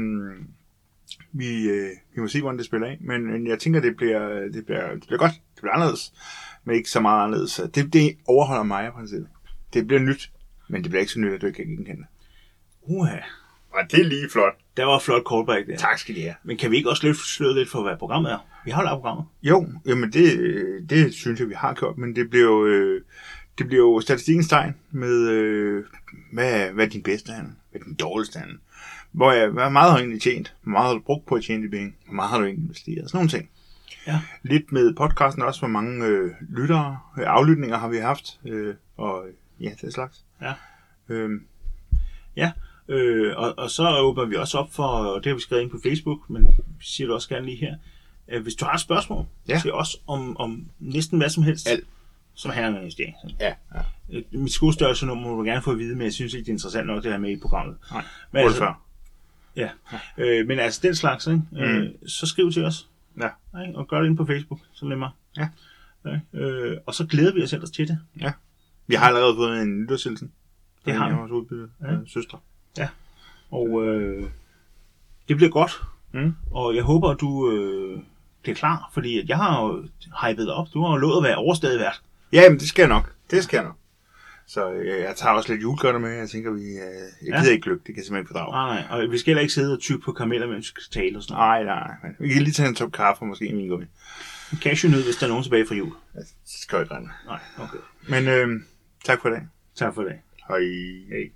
vi, øh, vi må se, hvordan det spiller af. Men, men jeg tænker, det bliver, det, bliver, det bliver godt. Det bliver anderledes. Men ikke så meget anderledes. Det, det overholder mig på princippet. Det bliver nyt. Men det bliver ikke så nyt, at du ikke kan genkende det. Uha. Og det er lige flot. Der var flot callback der. Tak skal I have. Men kan vi ikke også løfte sløret lidt for, hvad programmet er? Vi har jo lavet programmet. Jo, jamen det, det synes jeg, vi har gjort. Men det bliver jo, øh, det bliver jo statistikkens tegn med, øh, hvad, hvad er din bedste handel? Hvad er din dårligste handel? Hvor jeg, hvad meget har du egentlig tjent? Hvor meget har du brugt på at tjene de penge? Hvor meget har du egentlig investeret? Sådan nogle ting. Ja. Lidt med podcasten også, hvor mange øh, lyttere, øh, aflytninger har vi haft. Øh, og ja, det slags. Ja. Øhm. Ja. Øh, og, og så åbner vi også op for, og det har vi skrevet ind på Facebook, men vi siger det også gerne lige her, at hvis du har et spørgsmål ja. til os om, om næsten hvad som helst, alt, som her med investering. Ja, ja. Mit skostørrelse nummer må du gerne få at vide, men jeg synes ikke, det er interessant nok, det her med i programmet. Nej, men altså, før. Ja, øh, men altså den slags, ikke? Mm. Øh, så skriv til os, ja. Ikke? Og gør det ind på Facebook, så nemmere. Ja. Ja. Øh, og så glæder vi os ellers til det. Ja. Vi har allerede fået en nytårshilsen. Det har vi. Vores udbytte, ja. øh, søstre. Ja, og øh, det bliver godt, mm. og jeg håber, at du øh, bliver klar, fordi jeg har jo hypet op. Du har jo lovet at være overstadig vært. Ja, men det skal jeg nok. Det skal jeg nok. Så øh, jeg tager også lidt julegønner med. Jeg tænker, vi, øh, jeg gider ja. ikke lykke. Det kan jeg simpelthen ikke fordrage. Nej, nej, og vi skal heller ikke sidde og tykke på karameller, mens vi skal tale og sådan noget. Nej, nej, nej. Vi kan lige tage en top kaffe og måske en vingummi. En cashewnød, hvis der er nogen tilbage fra jul. Ja, det skal jeg ikke regne. Nej, okay. Men øh, tak for i dag. Tak for i dag. Hej. Hej.